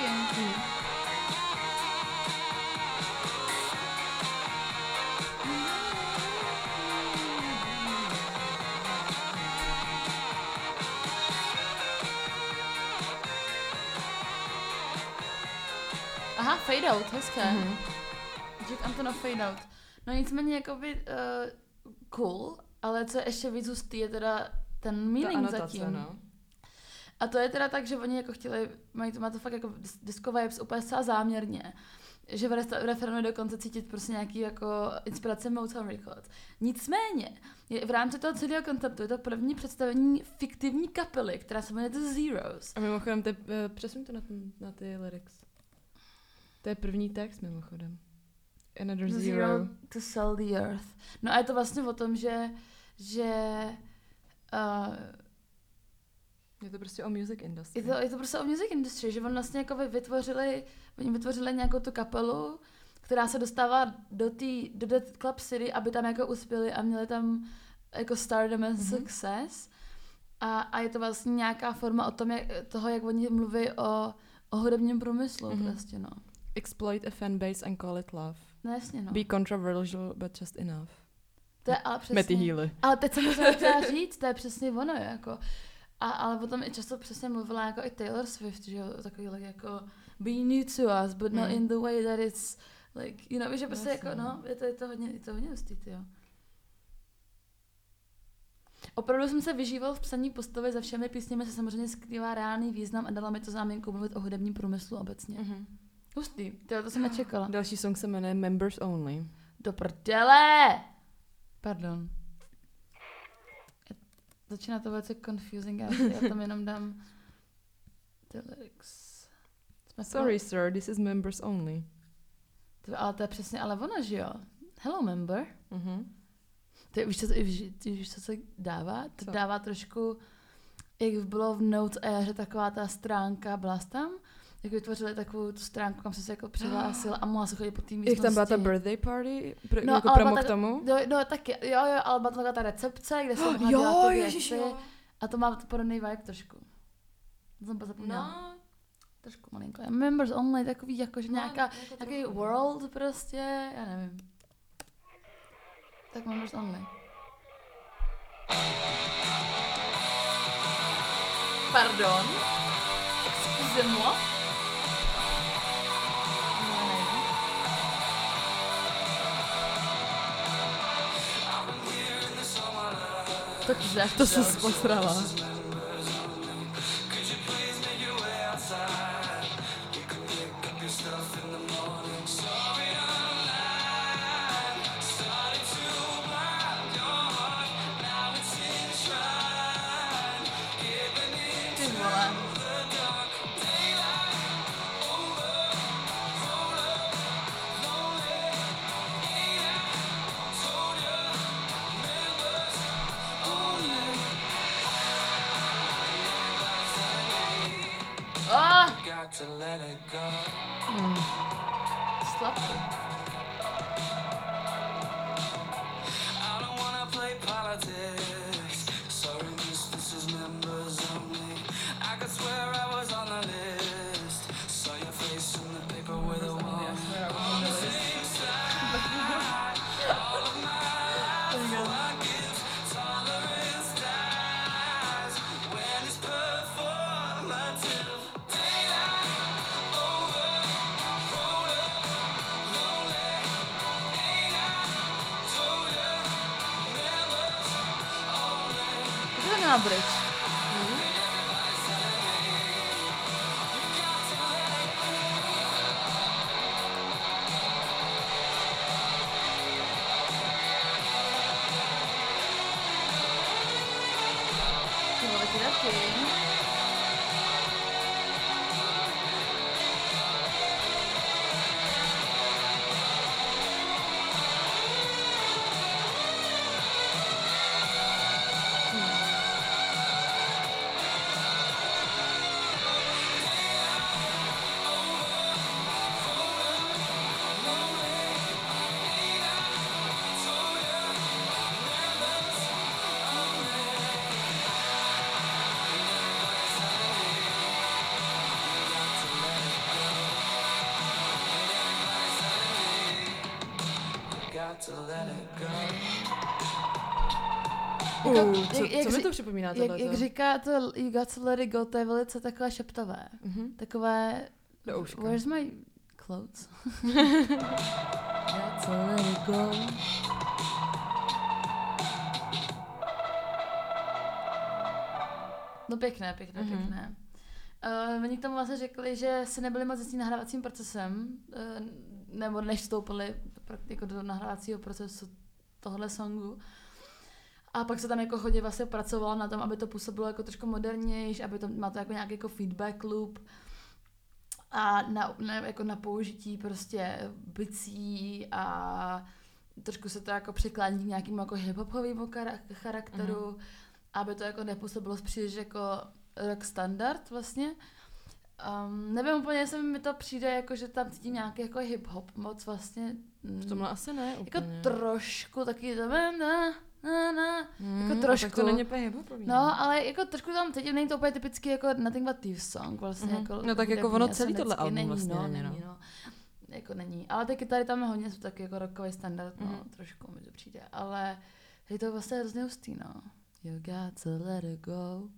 Aha, fade out, hezké. Mhm. Jack Antonoff fade out. No nicméně jakoby uh, cool, ale co je ještě víc hustý je teda ten Ta meaning anotace, zatím. no. A to je teda tak, že oni jako chtěli, mají to, má to fakt jako dis- disco vibes úplně zcela záměrně. Že v resta- refrénu je dokonce cítit prostě nějaký jako inspirace Motown Records. Nicméně, je, v rámci toho celého konceptu je to první představení fiktivní kapely, která se jmenuje The Zeros. A mimochodem, ty, uh, přesuň to na, ten, na ty lyrics. To je první text mimochodem. Another The zero. zero to sell the earth. No a je to vlastně o tom, že, že uh, Je to prostě o music industry. Je to, je to prostě o music industry, že on vlastně jako vytvořili, oni vytvořili nějakou tu kapelu, která se dostává do té do Dead Club City, aby tam jako uspěli a měli tam jako stardom and Mhm. success. A, a je to vlastně nějaká forma o tom, jak, toho, jak oni mluví o, o hudebním průmyslu Mhm. prostě, no. Exploit a fanbase and call it love. No jasně, no. Be controversial, but just enough. To je ale Matty přesně. Healy. Ale teď jsem to chtěla říct, to je přesně ono, jako. A, ale potom i často přesně mluvila jako i Taylor Swift, že jo, takový like, jako be new to us, but not Mm. in the way that it's like, you know, že prostě Jasně. jako, no, je to, je to hodně, je to hodně hustý, jo. Opravdu jsem se vyžíval v psaní postavy, za všemi písněmi se samozřejmě skrývá reálný význam a dala mi to záměnku mluvit o hudebním průmyslu obecně. Mhm. Hustý, tyjo, to jsem nečekala. Další song se jmenuje Members Only. Do prdele! Pardon. Začíná to velice confusing, já, já tam jenom dám ty lyrics. Jsme Sorry sir, this is members only. To, ale to je přesně, ale ono, že jo? Hello, member. Mhm. Ty víš, co, víš, ty víš, co se dává? To Co? dává trošku, jak bylo v Notes éře taková ta stránka, byla jsi tam? Jak vytvořili takovou tu stránku, kam jsi se jako přihlásil a mohla se chodit po té místnosti. Jak tam byla ta birthday party? Pro, No, jako ale promo byla k tak- tomu? No, no taky, jo, jo, ale byla to taková ta recepce, kde se mohla Jo, dělat ty ježiš, věci. jo. A to má podobný vibe trošku. To jsem zapomněla. No, Trošku malinko. A Members only, takový jako, že no, nějaká, jako nějaký trochu. world prostě, já nevím. Tak Members only. Pardon? Excusez-moi? No, nevím. Takže jak To se posrala. Ty vole. Ah! Got to let it go. Hmm. Sladký. I don't wanna play politics. Sorry, miss, this is members only. I could swear I was on the list. Saw your face in the paper with a one. On the same side. All of my forgive. Tolerance dies when it's performative. Daylight over. Roll up, lonely. Ain't I told ya? Members only. Co to měla bridge? Ty vole, ty taky. got to let it go. Uh, co, jak- jak co mi ři- to připomíná Jak, tohleto? jak říká to You got to let it go, to je velice takové šeptavé. Mhm. Takové... Do ouška. Where's my clothes? Got to let it go. No pěkné, pěkné, Mhm. pěkné. Uh, oni k tomu vlastně řekli, že si nebyli moc s tím nahrávacím procesem, uh, nebo než vstoupili pr- jako do nahrávacího procesu tohle songu. A pak se tam jako hodně vlastně pracovalo na tom, aby to působilo jako trošku modernější, aby to má to jako nějaký jako feedback loop a na, na, jako na použití prostě bicí a trošku se to jako přiklání k nějakému jako hip-hopovému kara- charakteru, mm. aby to jako nepůsobilo příliš jako rock standard vlastně. Um, nevím úplně, jestli mi to přijde jako, že tam cítím nějaký jako hip-hop moc vlastně. Mm, V tomhle asi ne jako úplně. trošku taky to na, na, na, Hmm, jako a trošku. tak to není úplně hip-hopový. No, ale jako trošku tam teď není to úplně typicky jako Nothing But Thieves song vlastně. Mhm. Jako No tak jako hudební ono a celý tohle sonecky. album není, vlastně no, není, no. není, no. Jako není. Ale taky tady tam je hodně jsou taky jako rockový standard, no, Mhm. trošku mi to přijde. Ale je to vlastně hrozně hustý, no. You got to let it go.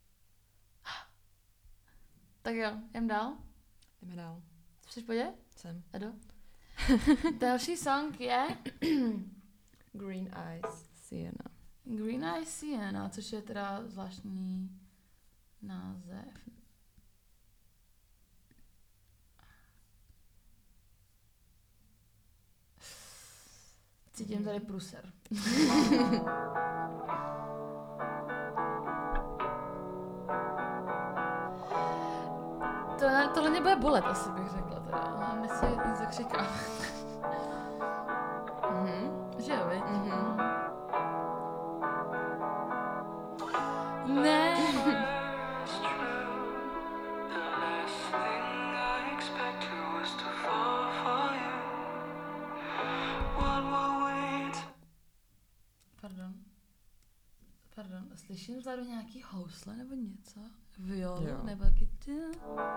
Tak jo, jdem dál. Jdeme dál. Jsi v pohodě, Jsem. Edo? Další song je Green Eyes, Sienna. Green Eye Sienna, což je teda zvláštní název. Cítím tady pruser. To, tohle mě bude bolet, asi bych řekla teda. Nechci nic zakřikat. Mhm. Že jo, viď? Mhm. Ne. It's true. The last thing I expected was to fall for you. What will we do? Pardon. Pardon, slyším vzadu nějaký housle nebo něco? Violu Jo. nebo taky... Jo,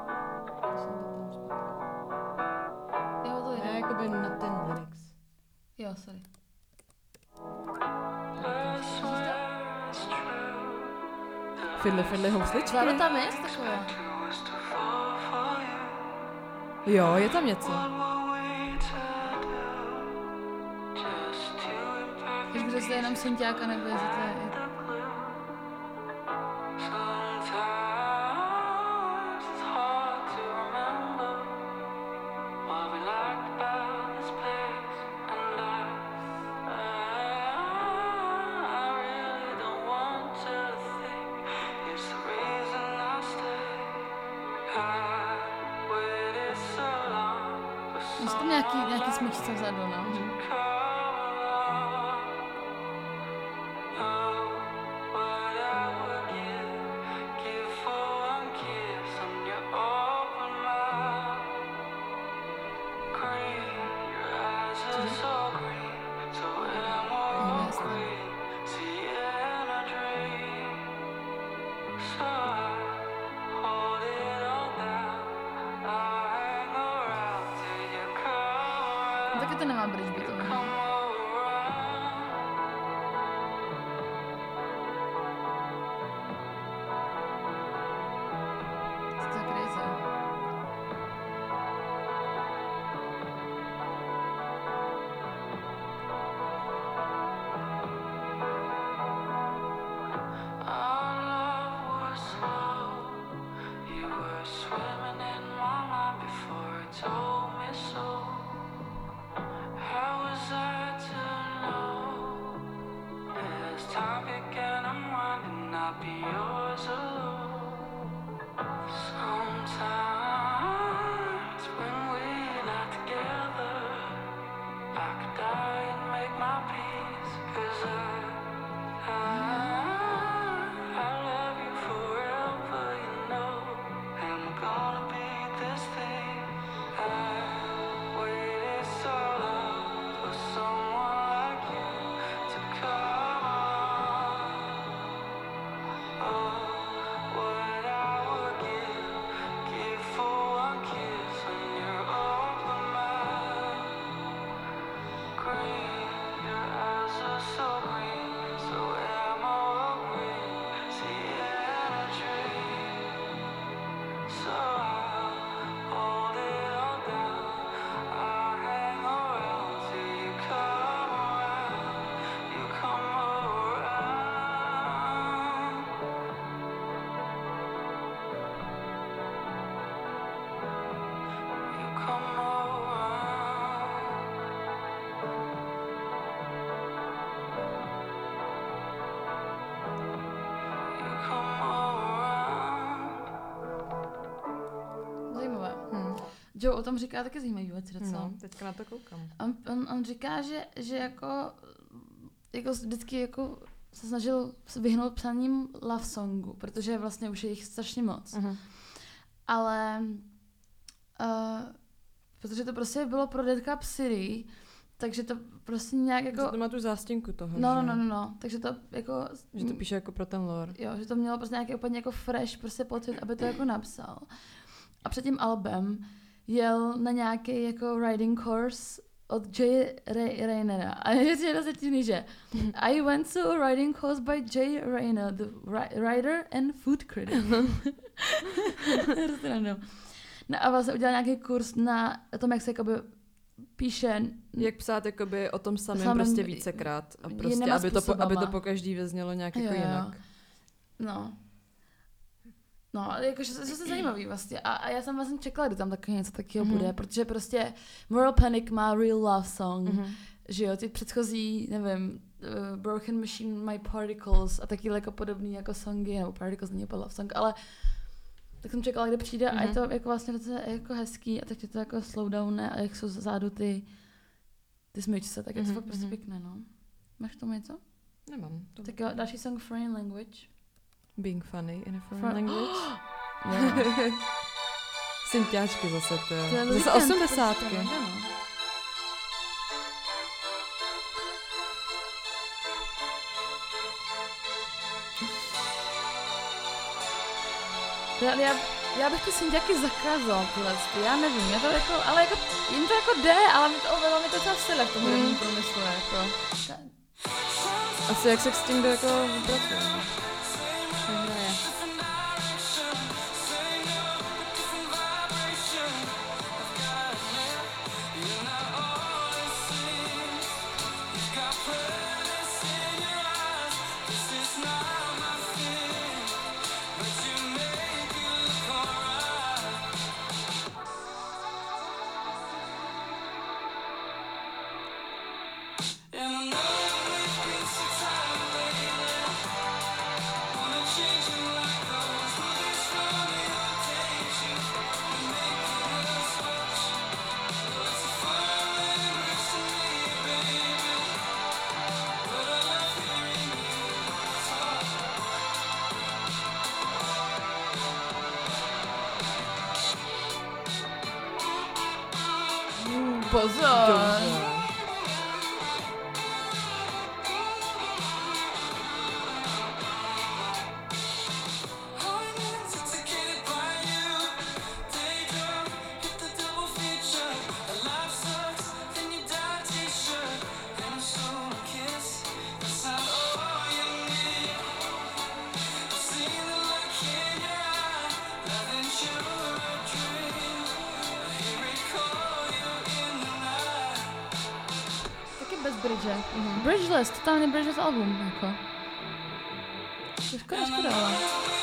to Ne, je. jakoby na ten lyrics. Jo, sorry. I swear it's true. Fidle, fidle, housličky. Vzadu tam je něco takové. It was to fall for you. Jo, je tam něco. What will we to do? Just two imperfect Když bude to jenom synťáka nebo jestli to je... Sometimes it's hard to remember what we liked about this place, and I, I really don't want to think it's the reason I stay. I waited so long for Jsou tam nějaký, nějaký smyčce vzadu, no. Taky to nemá bridge beat, ale... To je crazy. Our love was slow. You were swimming in my mind before it told me so. How was I Joe o tom říká taky zajímavý věci docela. No, teďka na to koukám. On, on, on říká, že, že jako, jako vždycky jako se snažil se vyhnout psaním love songu, protože vlastně už je jich strašně moc. Uh-huh. Ale uh, protože to prostě bylo pro Dead Cup City, takže to prostě nějak jako... To má tu zástěnku toho, No, že? no, no, no, takže to jako... Že to píše jako pro ten lore. Jo, že to mělo prostě nějaký úplně jako fresh prostě pocit, aby to jako napsal. A před tím albem jel na nějaký jako riding course od Jay Ray- Raynera. A je to zatím, že I went to a riding course by Jay Rayner, the ri- writer and food critic. No a vlastně udělal nějaký kurz na tom, jak se jakoby píše. Jak psát jakoby o tom samém, samém prostě vícekrát. A prostě, aby to, po, aby to po každý vyznělo nějak jako jo, jinak. Jo. No. No, ale jakože to je zajímavý vlastně. A, a já jsem vlastně čekala, kdy tam taky něco takového mm-hmm. bude, protože prostě Moral Panic má Real Love Song, mm-hmm. že jo, ty předchozí, nevím, uh, Broken Machine, My Particles a taky jako podobný jako songy, nebo Particles není úplně love song, ale tak jsem čekala, kdy přijde mm-hmm. a je to jako vlastně docela jako hezký a tak je to jako slowdowne a jak jsou zádu ty ty smyčce, tak je to mm-hmm. fakt prostě pěkné, no. Máš k tomu něco? Nemám. To... Tak jo, další song Foreign Language. Being funny in a foreign For... language. Yeah. Synťáčky zase, to To je Zase víkend, osmdesátky. prostě, no. Já, já, já bych ty synťáky zakázal, tyhle, já nevím, já to jako, ale jako, jim to jako jde, ale mi to ovedlo mi to třeba v style v tom hudebním mm. průmyslu, jako. Asi jak se s tím jde jako vypracuje. Hraje. Pozor! Dobře. Bez bridge. Mm-hmm. Bridgeless, totálně bridgeless album, jako. To škoda, škoda, ale.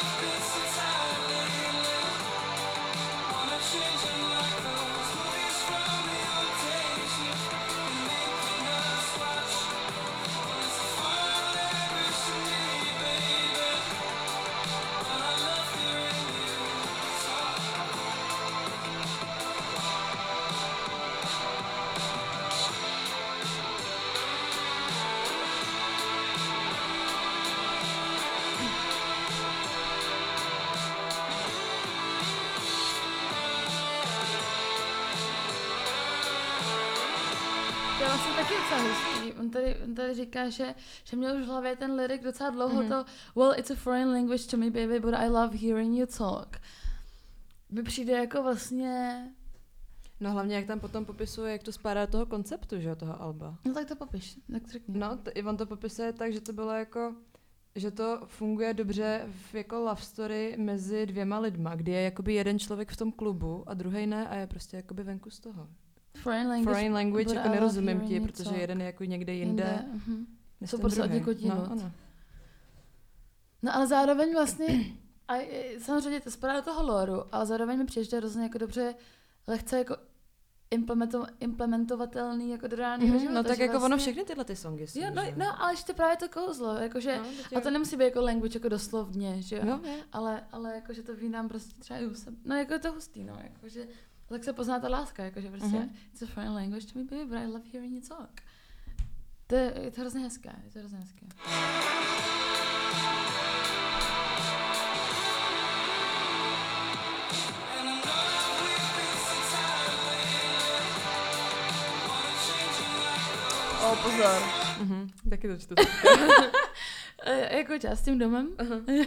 To je vlastně taky docela hustý. On tady, on tady říká, že, že měl už v hlavě ten lyrik docela dlouho, mm-hmm. to well, it's a foreign language to me, baby, but I love hearing you talk. Mi přijde jako vlastně... No hlavně, jak tam potom popisuje, jak to spadá do toho konceptu, že toho alba. No tak to popiš, tak to řekni. No, t- on to popisuje tak, že to bylo jako, že to funguje dobře v jako love story mezi dvěma lidma, kdy je jakoby jeden člověk v tom klubu a druhý ne a je prostě jakoby venku z toho. Foreign language, Foreign language jako nerozumím ti, protože talk. jeden je jako někde jinde. jinde uh-huh. než Jsou ten prostě druhej. od někud jinut. No, ano. No ale zároveň vlastně, a samozřejmě to spadá do toho loru, ale zároveň mi přijde, že to je hrozně jako dobře, lehce jako implemento, implementovatelný jako do reálného mm-hmm, života. No tak jako vlastně... ono všechny tyhle ty songy jsou, Jo, no, že? no, ale že to právě to kouzlo, jakože, no, to tě... a to nemusí být jako language jako doslovně, že jo, no, je. ale, ale jakože to vnímám prostě třeba i u sebe, no jako je to hustý, no, jakože, tak se pozná ta láska, jakože prostě Mhm. it's a foreign language to me, baby, but I love hearing you talk. To je, je to hrozně hezké, je to hrozně hezké. O, pozor. Mhm, taky to čtu. E, jako čas s tím domem. Uh-huh.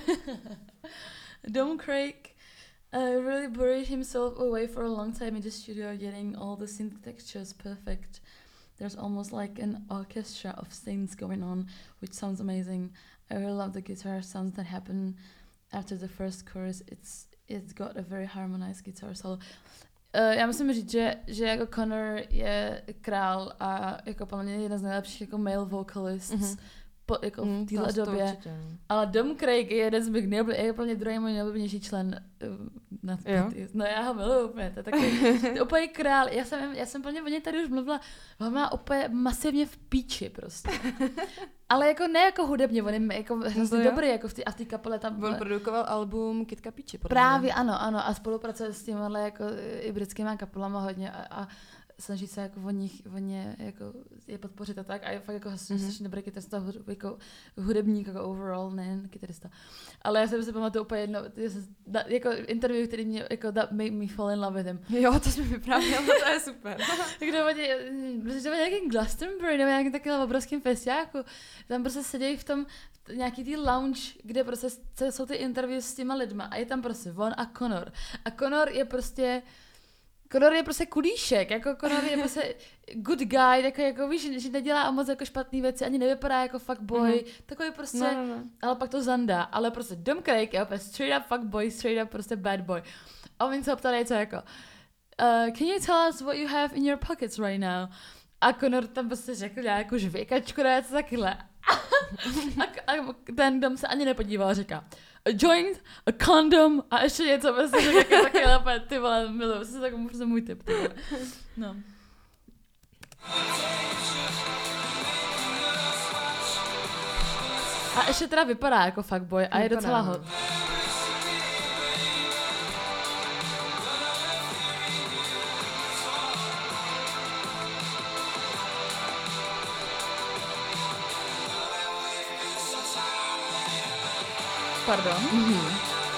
Dom Craig uh, really buried himself away for a long time in the studio, getting all the synth textures perfect. There's almost like an orchestra of synths going on, which sounds amazing. I really love the guitar sounds that happen after the first chorus. It's it's got a very harmonized guitar solo. Uh, já musím říct, že, že jako Connor je král a jako podle mě jeden z nejlepších jako male vocalists Mhm. po, jako Mm, v téhle to- to době. určitě, no. Ale Dom Craig je jeden z mých nejobli, je úplně druhý můj nejoblíbenější člen uh, na Jo? No já ho miluji úplně, to je takový to je úplně král. Já jsem, já jsem plně o něj tady už mluvila, on má úplně masivně v píči prostě. Ale jako ne jako hudebně, on je jako hrozně jo. dobrý, jako v té, a v té kapele tam... On produkoval album Kid Capici, podle Právě mě. ano, ano a spolupracuje s těmihle jako i britskýma kapelama hodně a, a snaží se jako o nich, o ně jako je podpořit a tak a je fakt jako strašně Mhm. mm-hmm. dobrý kytarista, hud- jako hudebník jako overall, nejen kytarista. Ale já jsem si pamatuju úplně jedno, jako interview, který mě jako that made me fall in love with him. Jo, to jsi mi vyprávěla, to je super. Kdo oni, protože to byl nějaký Glastonbury nebo nějaký takovým obrovským festiáku. Tam prostě sedějí v tom v nějaký tý lounge, kde prostě se- jsou ty interview s těma lidma a je tam prostě on a Connor. A Connor je prostě Connor je prostě kulíšek, jako Connor je prostě good guy, jako, jako víš, že nedělá moc jako špatný věci, ani nevypadá jako fuckboy, Mhm. takový prostě, No, no, no. ale pak to zandá, ale prostě Dom Craig je úplně straight up fuckboy, straight up prostě bad boy. A oni se ho ptali něco jako, uh, can you tell us what you have in your pockets right now? A Connor tam prostě řekl nějakou žvěkačku, nebo něco takhle. a, a ten Dom se ani nepodíval a říká, a joint, a condom a ještě něco, prostě řekl takhle, úplně, ty vole, miluji, to je tak prostě můj tip, ty vole. No. A ještě teda vypadá jako fuckboy a je Vypadá, docela no. hot. Pardon. Mhm.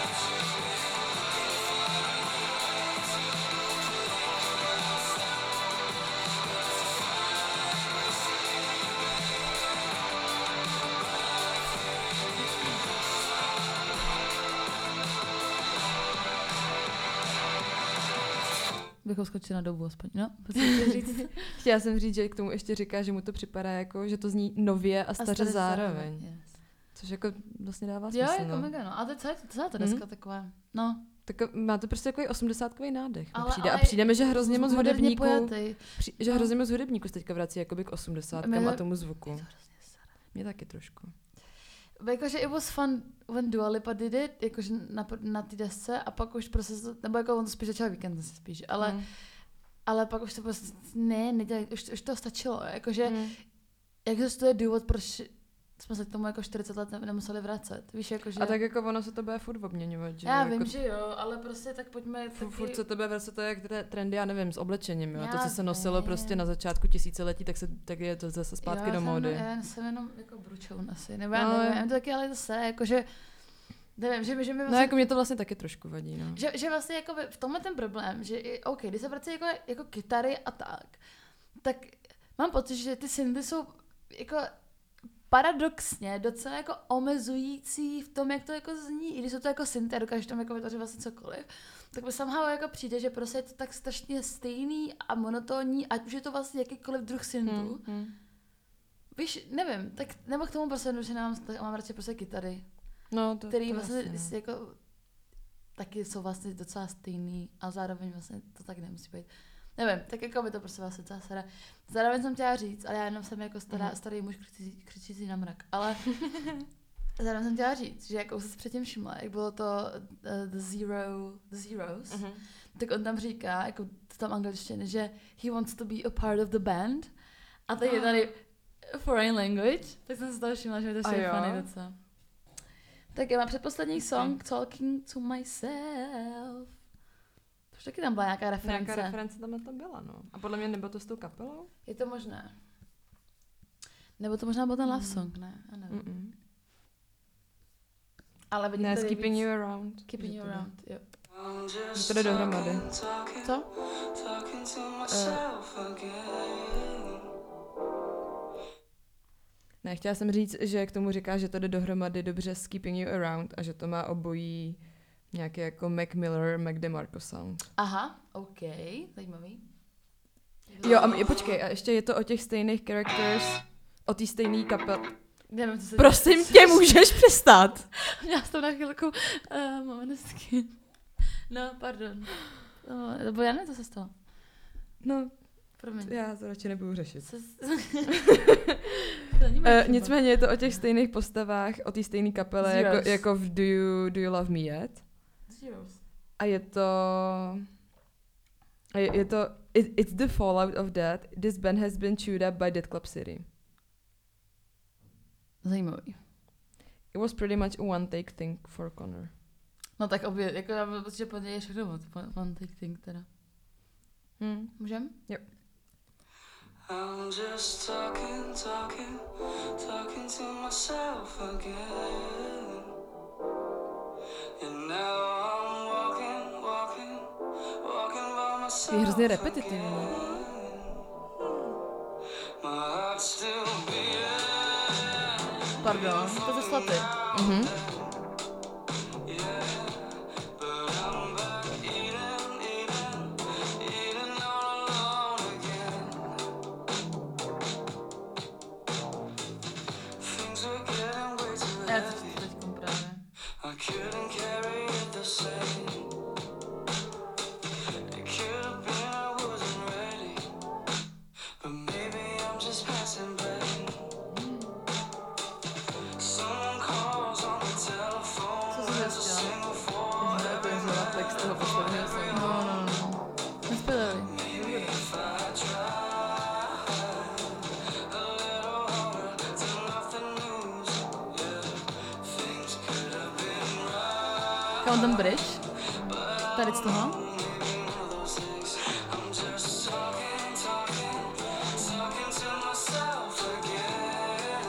Bych ho skočil na dobu aspoň, no. Prostě říct. Chtěla jsem říct, že k tomu ještě říká, že mu to připadá jako, že to zní nově a staře staře zároveň. Yes. Což jako vlastně dává Jo, smysl, jako no. mega, no. A to je celá, celá ta deska Mhm. taková, no. Tak má to prostě takový osmdesátkový nádech. Ale- Ale, přijde. ale A přijde mi, že hrozně moc moderně hudebníků, pojatý. při, že No. hrozně moc hudebníků se teďka vrací jakoby k osmdesátkám Mě- a tomu zvuku. Je to hrozně sad. Mě taky trošku. Jakože it was fun when Dua Lipa did it, jakože na, na té desce a pak už prostě, nebo jako on to spíš začal víkend zase spíš, ale, Mm. ale pak už to prostě, ne, nedělali, už, už to stačilo, jakože Mm. existuje důvod, proč jsme se k tomu jako čtyřicet let ne- nemuseli vracet, víš, jakože... A tak jako ono se to bude furt obměňovat, že já jo, vím, jako že jo, ale prostě tak pojďme Furt, taky... furt se to bude vracet to jak tre- trendy, já nevím, s oblečením, jo. Já To, co se nosilo vím. prostě na začátku tisíciletí, tak, se, tak je to zase zpátky jo, do já módy. Jsem, já jsem jenom jako bručoun asi, nebo já No, nevím, jo. já to taky ale zase, jakože... Nevím, že, že mi No vlastně... jako mě to vlastně taky trošku vadí, no. Že, že vlastně jako v tomhle ten problém, že i, OK, když se vrací jako, jako kytary a tak, tak mám pocit, že ty synty jsou jako paradoxně docela jako omezující v tom, jak to jako zní, i když jsou to jako synty a dokážeš tam jako vytvořit vlastně cokoliv, tak mi somehow jako přijde, že prostě je to tak strašně stejný a monotónní, ať už je to vlastně jakýkoliv druh syntu. Hmm, hmm. Víš, nevím, tak nebo k tomu prostě, že mám, mám radši prostě kytary, No, to, který to vlastně asi, no. jako taky jsou vlastně docela stejný a zároveň vlastně to tak nemusí být. Nevím, tak jako by to prostě vlastně docela sera. Zároveň jsem chtěla říct, ale já jenom jsem jako stará, Mhm. starý muž křičící, křičící na mrak, ale zároveň jsem chtěla říct, že jako už jsi předtím všimla, jak bylo to uh, the, zero, the Zeros, Mhm. tak on tam říká, jako to tam angličtiny, že he wants to be a part of the band a teď je tady foreign language, tak jsem si toho všimla, že je to A ještě jo? funny docela. Tak já mám předposlední song Talking to Myself. Taky tam byla nějaká reference. Nějaká reference tam na to byla, no. A podle mě nebylo to s tou kapelou? Je to možné. Nebo to možná byl ten love song, ne? Já nevím. Mm-mm. Ale vidím Ne, tady s Keeping víc. You Around. Keeping Že You to jde. Around, jo. Že to jde dohromady. Co? Ne, chtěla jsem říct, že k tomu říká, že to jde dohromady dobře s Keeping You Around a že to má obojí nějaký jako Mac Miller, Mac DeMarco sound. Aha, OK, zajímavý. Jo, a m- počkej, a ještě je to o těch stejných characters, o té stejné kapel. Nevím, co se Prosím tě, můžeš přestat? Měla jsem na chvilku uh, momentesky. No, pardon. No, nebo já ne, co se stalo? No, Promiň. já to radši nebudu řešit. Se... to není moje Uh, chyba. nicméně je to o těch stejných postavách, o té stejné kapele, Zeros. jako, jako v Do You, Do You Love Me Yet. Zeros. A je to... A je, je to... It, it's the fallout of that. This band has been chewed up by Dead Club City. Zajímavý. It was pretty much a one-take thing for Connor. No tak obě, jako já mám pocit, že po něj je všechno od One Take Thing teda. Hmm. Můžem? Jo. I'm just talking, talking, talking to myself again. And now I'm walking, walking, walking by myself. Je hrozně repetitivní. My heart's still beating. Pardon, to ze slaty. Mhm. Yeah, but I'm back eating, eating, eating all alone again. Things are getting way too Já heavy. to čtu teďkom právě. I couldn't carry it the same. It could have been I wasn't ready, but maybe I'm just passing blame. Someone calls on the telephone. Co jsi It's a zjistila? single phone. Já to je znala text toho posledního songu. No, no, no. Nespělili. Maybe if I try a little harder, then nothing lose. Yeah, things could have been right. Kam ten bridge? Tady z toho? Maybe one of those things. I'm just talking, talking, talking to myself again.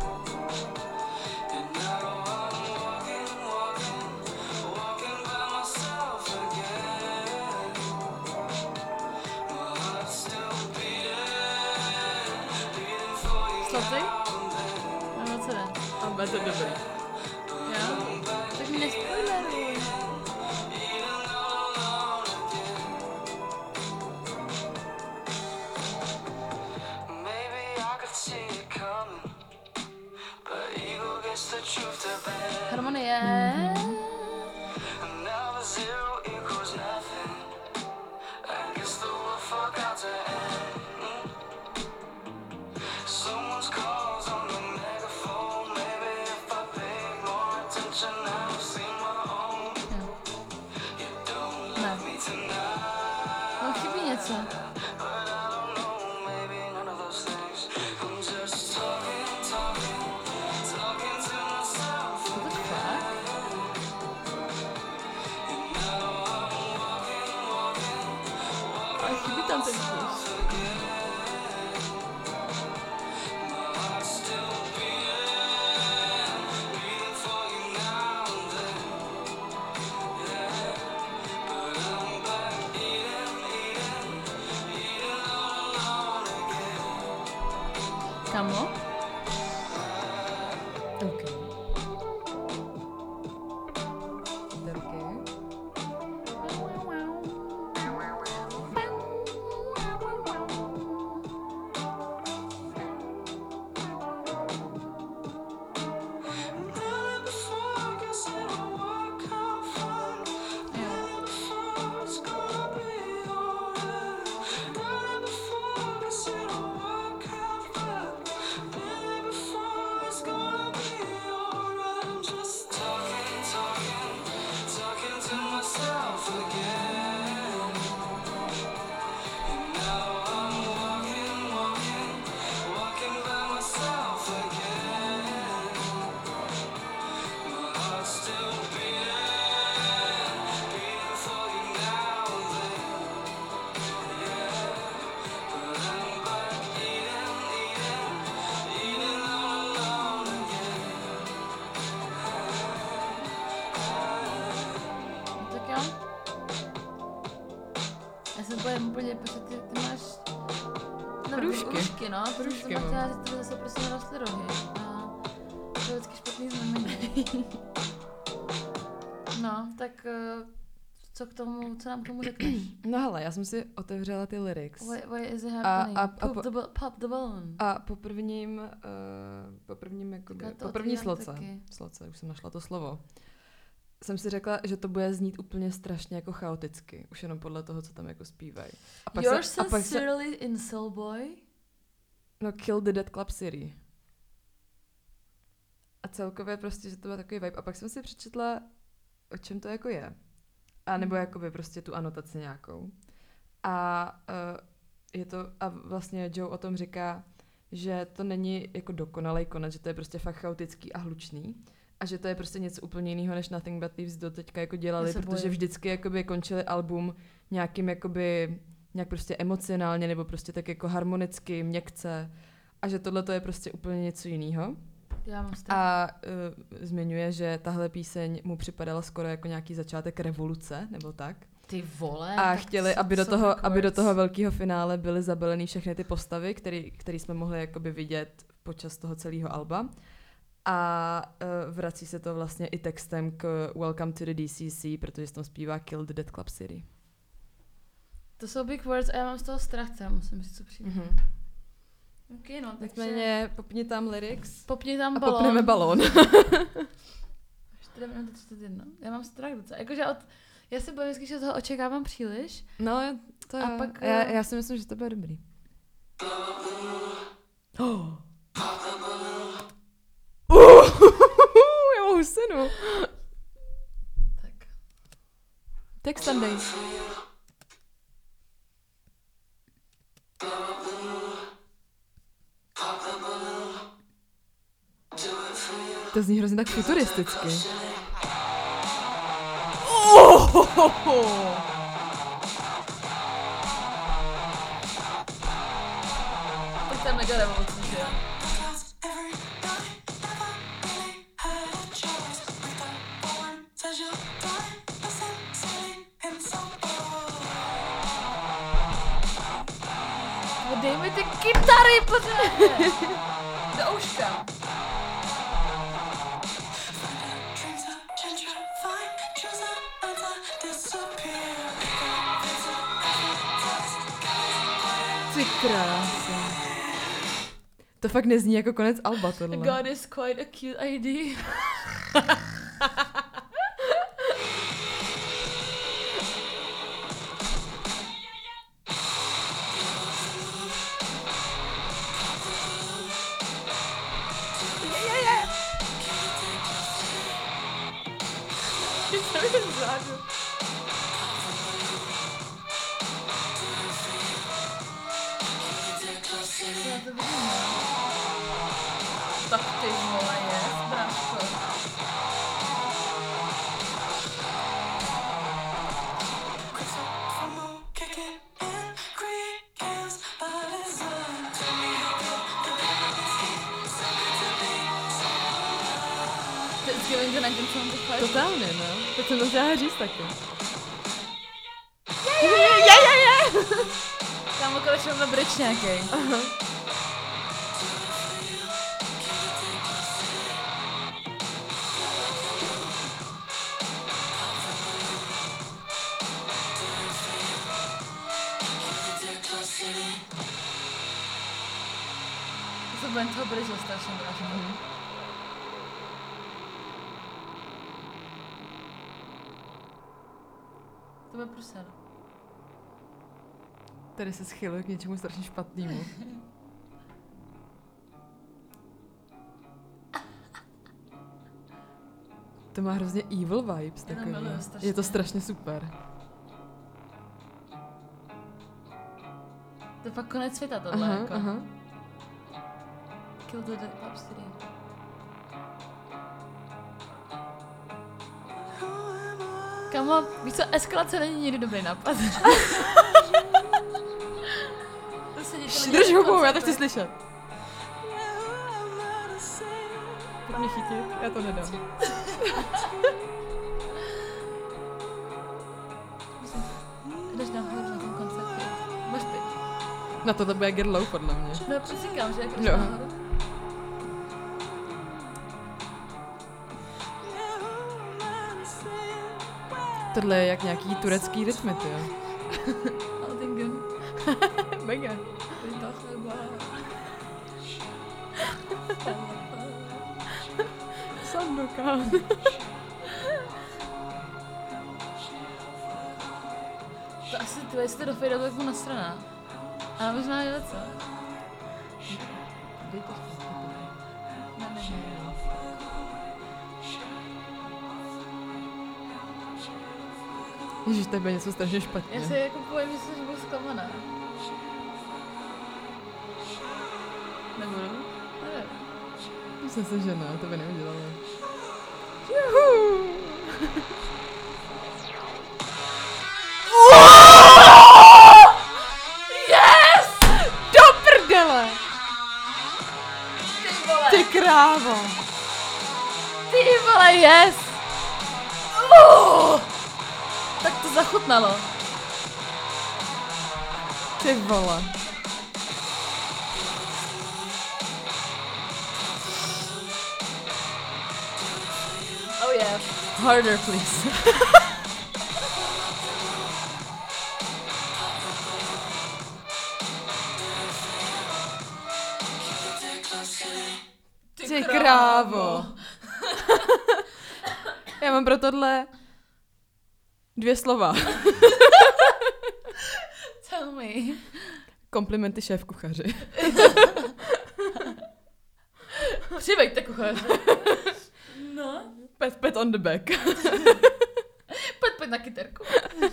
And now I'm walking, walking, walking by myself again. My heart's still beating, beating for you. Slaty? Nebo co jde? A bude to dobrý. Jo? Tak mi nespoileruj. Maybe I could see it coming, but ego gets the truth to bear. Harmonie. And now the zero equals nothing. I guess the world forgot to end. Mm. Someone's calls on the megaphone. Maybe if I paid more attention, I'd see my own. You don't Ne. love me tonight, No chybí něco. but I don't know. Maybe none of those things. I'm just talking, talking, talking to myself. What the fuck? And now I'm walking, walking, Ale chybí tam ten kus. my heart's still beating, beating for you now and then. Yeah, but I'm back eating, eating, eating all alone again. Kamo? OK. Derky. Done it before, guess it'll work out fine. Done it before, it's gonna be alright. Done it before, guess it'll work out fine. je, protože ty, ty máš... No, Průžky. Průžky, no. Průžky Průžky, mám. mám. Ty zase prostě narostly rohy. A to je vždycky špatný znamení. No, tak uh, co k tomu, co nám k tomu řekneš? No hele, já jsem si otevřela ty lyrics. What, what is it A- happening? a- a pop, po- the, bal- pop the balloon. A po prvním, uh, po prvním jakoby, Takhle to po první otvírám sloce, taky. sloce, už jsem našla to slovo, jsem si řekla, že to bude znít úplně strašně jako chaoticky, už jenom podle toho, co tam jako zpívají. A pak You're se, a pak se, sincerely incel boy? no Kill the Dead Club City. A celkově prostě, že to byl takový vibe. A pak jsem si přečetla, o čem to jako je. A nebo Mhm. jakoby prostě tu anotaci nějakou. A uh, je to, a vlastně Joe o tom říká, že to není jako dokonalý konec, že to je prostě fakt chaotický a hlučný. A že to je prostě něco úplně jiného, než Nothing But Thieves do teďka jako dělali, Já se protože bojím. vždycky jakoby končili album nějakým jakoby, nějak prostě emocionálně nebo prostě tak jako harmonicky, měkce. A že tohle to je prostě úplně něco jiného. Já mám strach. A uh, zmiňuje, že tahle píseň mu připadala skoro jako nějaký začátek revoluce, nebo tak. Ty vole. A tak chtěli, co- aby do co toho, backwards? aby do toho velkého finále byly zabalený všechny ty postavy, který, který jsme mohli jakoby vidět počas toho celého alba. A uh, vrací se to vlastně i textem k Welcome to the D C C, protože se tam zpívá Kill the Dead Club City. To jsou big words a já mám z toho strach, co já musím říct, co přijde. Mhm. Ok, no, takže Nicméně popni tam lyrics popni tam a balón. popneme balón. čtyři minuty třicet jedna. Já mám strach docela. Jakože od, já se bojím vždycky, že toho očekávám příliš. No, to A jo. pak, já, eh, já si myslím, že to bude dobrý. Oh. Uh, já mám husinu. Tak. Text tam dej. To zní hrozně tak futuristicky. Oh! Tak to je mega revoluční, že jo? No dej mi ty kytary, pořádně! Do ouška. Ty krása. To fakt nezní jako konec alba tohle. God is quite a cute I D. Já to vidím, no. Tak ty vole, je, bráško. It's giving the nineteen seventy-five. Totálně, no. To jsem to chtěla říct taky. Kámo, konečně mám na bridge nějakej. Aha. To se bojím toho bridge strašně bráško. To bude průser. Tady se schyluje k něčemu strašně špatnému. To má hrozně evil vibes Já to takový. miluju strašně. Je to strašně super. To je fakt konec světa tohle, Aha, jako. aha. Kill the Dead Club City. Kamo, víš co, eskalace není nikdy dobrý nápad. To se děti Drž hubu, já to chci slyšet. Pojď mě chytit, já to nedám. Jdeš nahoru na tom koncertě. Na tohle bude Get Low, podle mě. No, proč říkám, že jako Jo. náhodou. Tohle je jak nějaký turecký rytmy, ty jo. Altingen. Mega. Sandokan. To asi ty, jestli to do fejdu, tak mu nasraná. Ale možná je co? Ne, ne, ne. Ježiš, to je něco strašně špatně. Já si jako povím, že jsi byl zklamaná. Nebudu? Nevím. Myslím si, že ne, to by neudělala. Yes! Do prdele! Ty vole! Ty krávo! Ty vole, yes! Uh! Tak to zachutnalo. Ty vole. Oh yeah. Harder, please. Ty krávo. Já mám pro tohle dvě slova. Tell me. Komplimenty šéf kuchaři. Přiveďte kuchaře. No. Pet, pet on the back. Pojď, pojď na kytarku.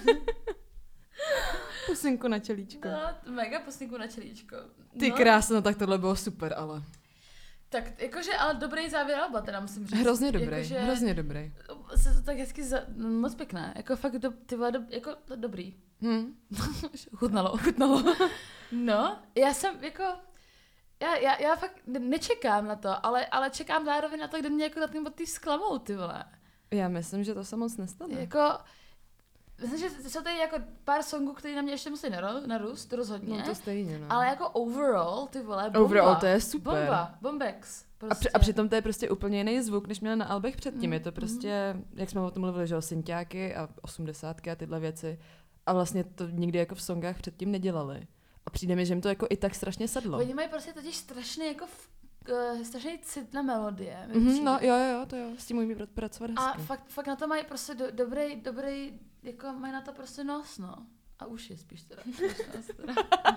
Pusinku na čelíčko. No, mega posníku na čelíčko. Ty no. krásno, no tak tohle bylo super, ale. Tak jakože, ale dobrý závěr alba teda musím říct. Hrozně dobrý, jakože, hrozně dobrý. Se to tak hezky, za, no, moc pěkné. Jako fakt, do, ty vole, do, jako to dobrý. Hm. Chutnalo. Chutnalo. No, já jsem jako, já, já, já fakt nečekám na to, ale, ale čekám zároveň na to, kde mě jako na tím od tý zklamou, ty vole. Já myslím, že to se moc nestane. Jako, myslím, že jsou tady jako pár songů, které na mě ještě musí naro- narůst, rozhodně. No to stejně, no. Ale jako overall, ty vole, bomba. Overall to je super. Bomba, bombex. A, Prostě. při, a přitom to je prostě úplně jiný zvuk, než měl na albech předtím. Mm, Je to prostě, mm. jak jsme o tom mluvili, že jo, synťáky a osmdesátky a tyhle věci. A vlastně to nikdy jako v songách předtím nedělali. A přijde mi, že jim to jako i tak strašně sedlo. Oni mají prostě totiž strašný jako v, uh, strašný cit na melodie. mi Mm-hmm, přijde. no jo, jo, to jo, s tím umí pracovat A hezky. fakt, fakt na to mají prostě do, dobrý, dobrý, jako mají na to prostě nos, no. A uši spíš teda. Nos, teda.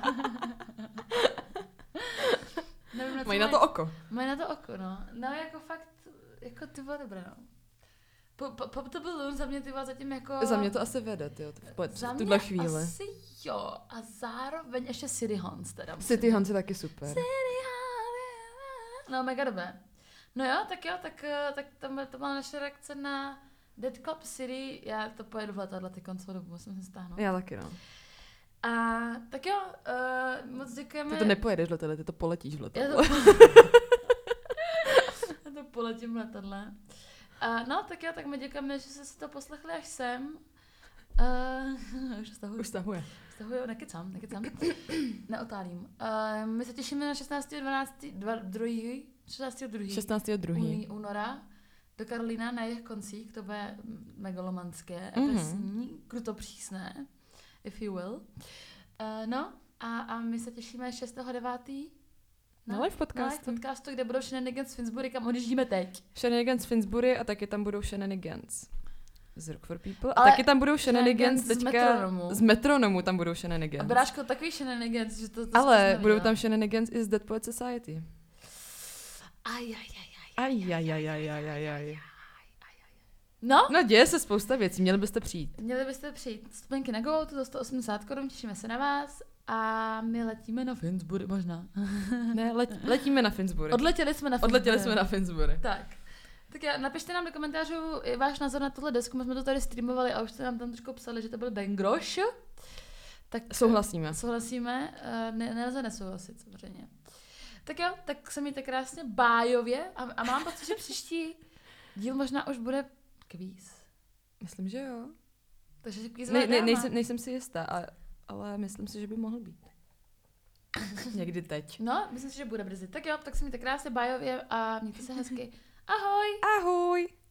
Nevím, na co Mají na to oko. Mají na to oko, no. No jako fakt, jako ty vole dobré, no. Pop, pop, pop the Balloon za mě ty vole zatím jako... Za mě to asi vede, tyjo, v, Za v mě tuhle chvíli. asi jo. A zároveň ještě City Hunts teda. musím City říct. Hunts je taky super. City Hunts. No mega dobré. No jo, tak jo, tak, eh, tak to, to byla naše reakce na Dead Club City. Já to pojedu v letadle ty koncovou dobu, musím se stáhnout. Já taky, no. A tak jo, uh, moc děkujeme. Ty to nepojedeš v letadle, ty to poletíš v Já letadle. to, já to poletím v letadle. Uh, no, tak jo, tak my děkujeme, že jste si to poslechli až sem. Uh, už stahuju. Už stahuje. Stahuju, nekecám, nekecám. Neotálím. Uh, my se těšíme na šestnáctého druhého šestnáctého druhého šestnáctého druhého února do Karolína na jejich koncích. To bude megalomanské, Mhm. epesní, krutopřísné, if you will. Uh, no, a, a my se těšíme šestého devátého Na live podcastu. Na live podcastu, kde budou Shenanigans z Finsbury, kam odjíždíme teď. Shenanigans Finsbury a taky tam budou Shenanigans z Rock for People. A Ale taky tam budou Shenanigans Shenanigans z teďka... Metronomu. Z Metronomu tam budou A Shenanigans. bráško, takový Shenanigans, že to... to Ale zkus budou neviděla. tam Shenanigans i z Dead Poet Society. Aj, aj, aj, aj. Aj, aj, aj, aj, aj, aj, aj. No, No děje se spousta věcí, měli byste přijít. měli byste přijít. Vstupenky na Go, to za sto osmdesát korun, těšíme se na vás. A my letíme na Finsbury, možná. Ne, let, letíme na Finsbury. Odletěli jsme na Finsbury. Odletěli jsme na Finsbury. Tak. Tak já, napište nám do komentářů váš názor na tohle desku, my jsme to tady streamovali a už jste nám tam trošku psali, že to byl bangroš. Tak Souhlasíme. Souhlasíme, uh, ne, nelze nesouhlasit samozřejmě. Tak jo, tak se mějte krásně bájově a, a mám pocit, že příští díl možná už bude kvíz. Myslím, že jo. Takže kvíz Ne, ne, nejsem, nejsem si jistá, a, ale myslím si, že by mohl být. Někdy teď. No, myslím si, že bude brzy. Tak jo, tak se mějte krásně, bajově a mějte se hezky. Ahoj! Ahoj!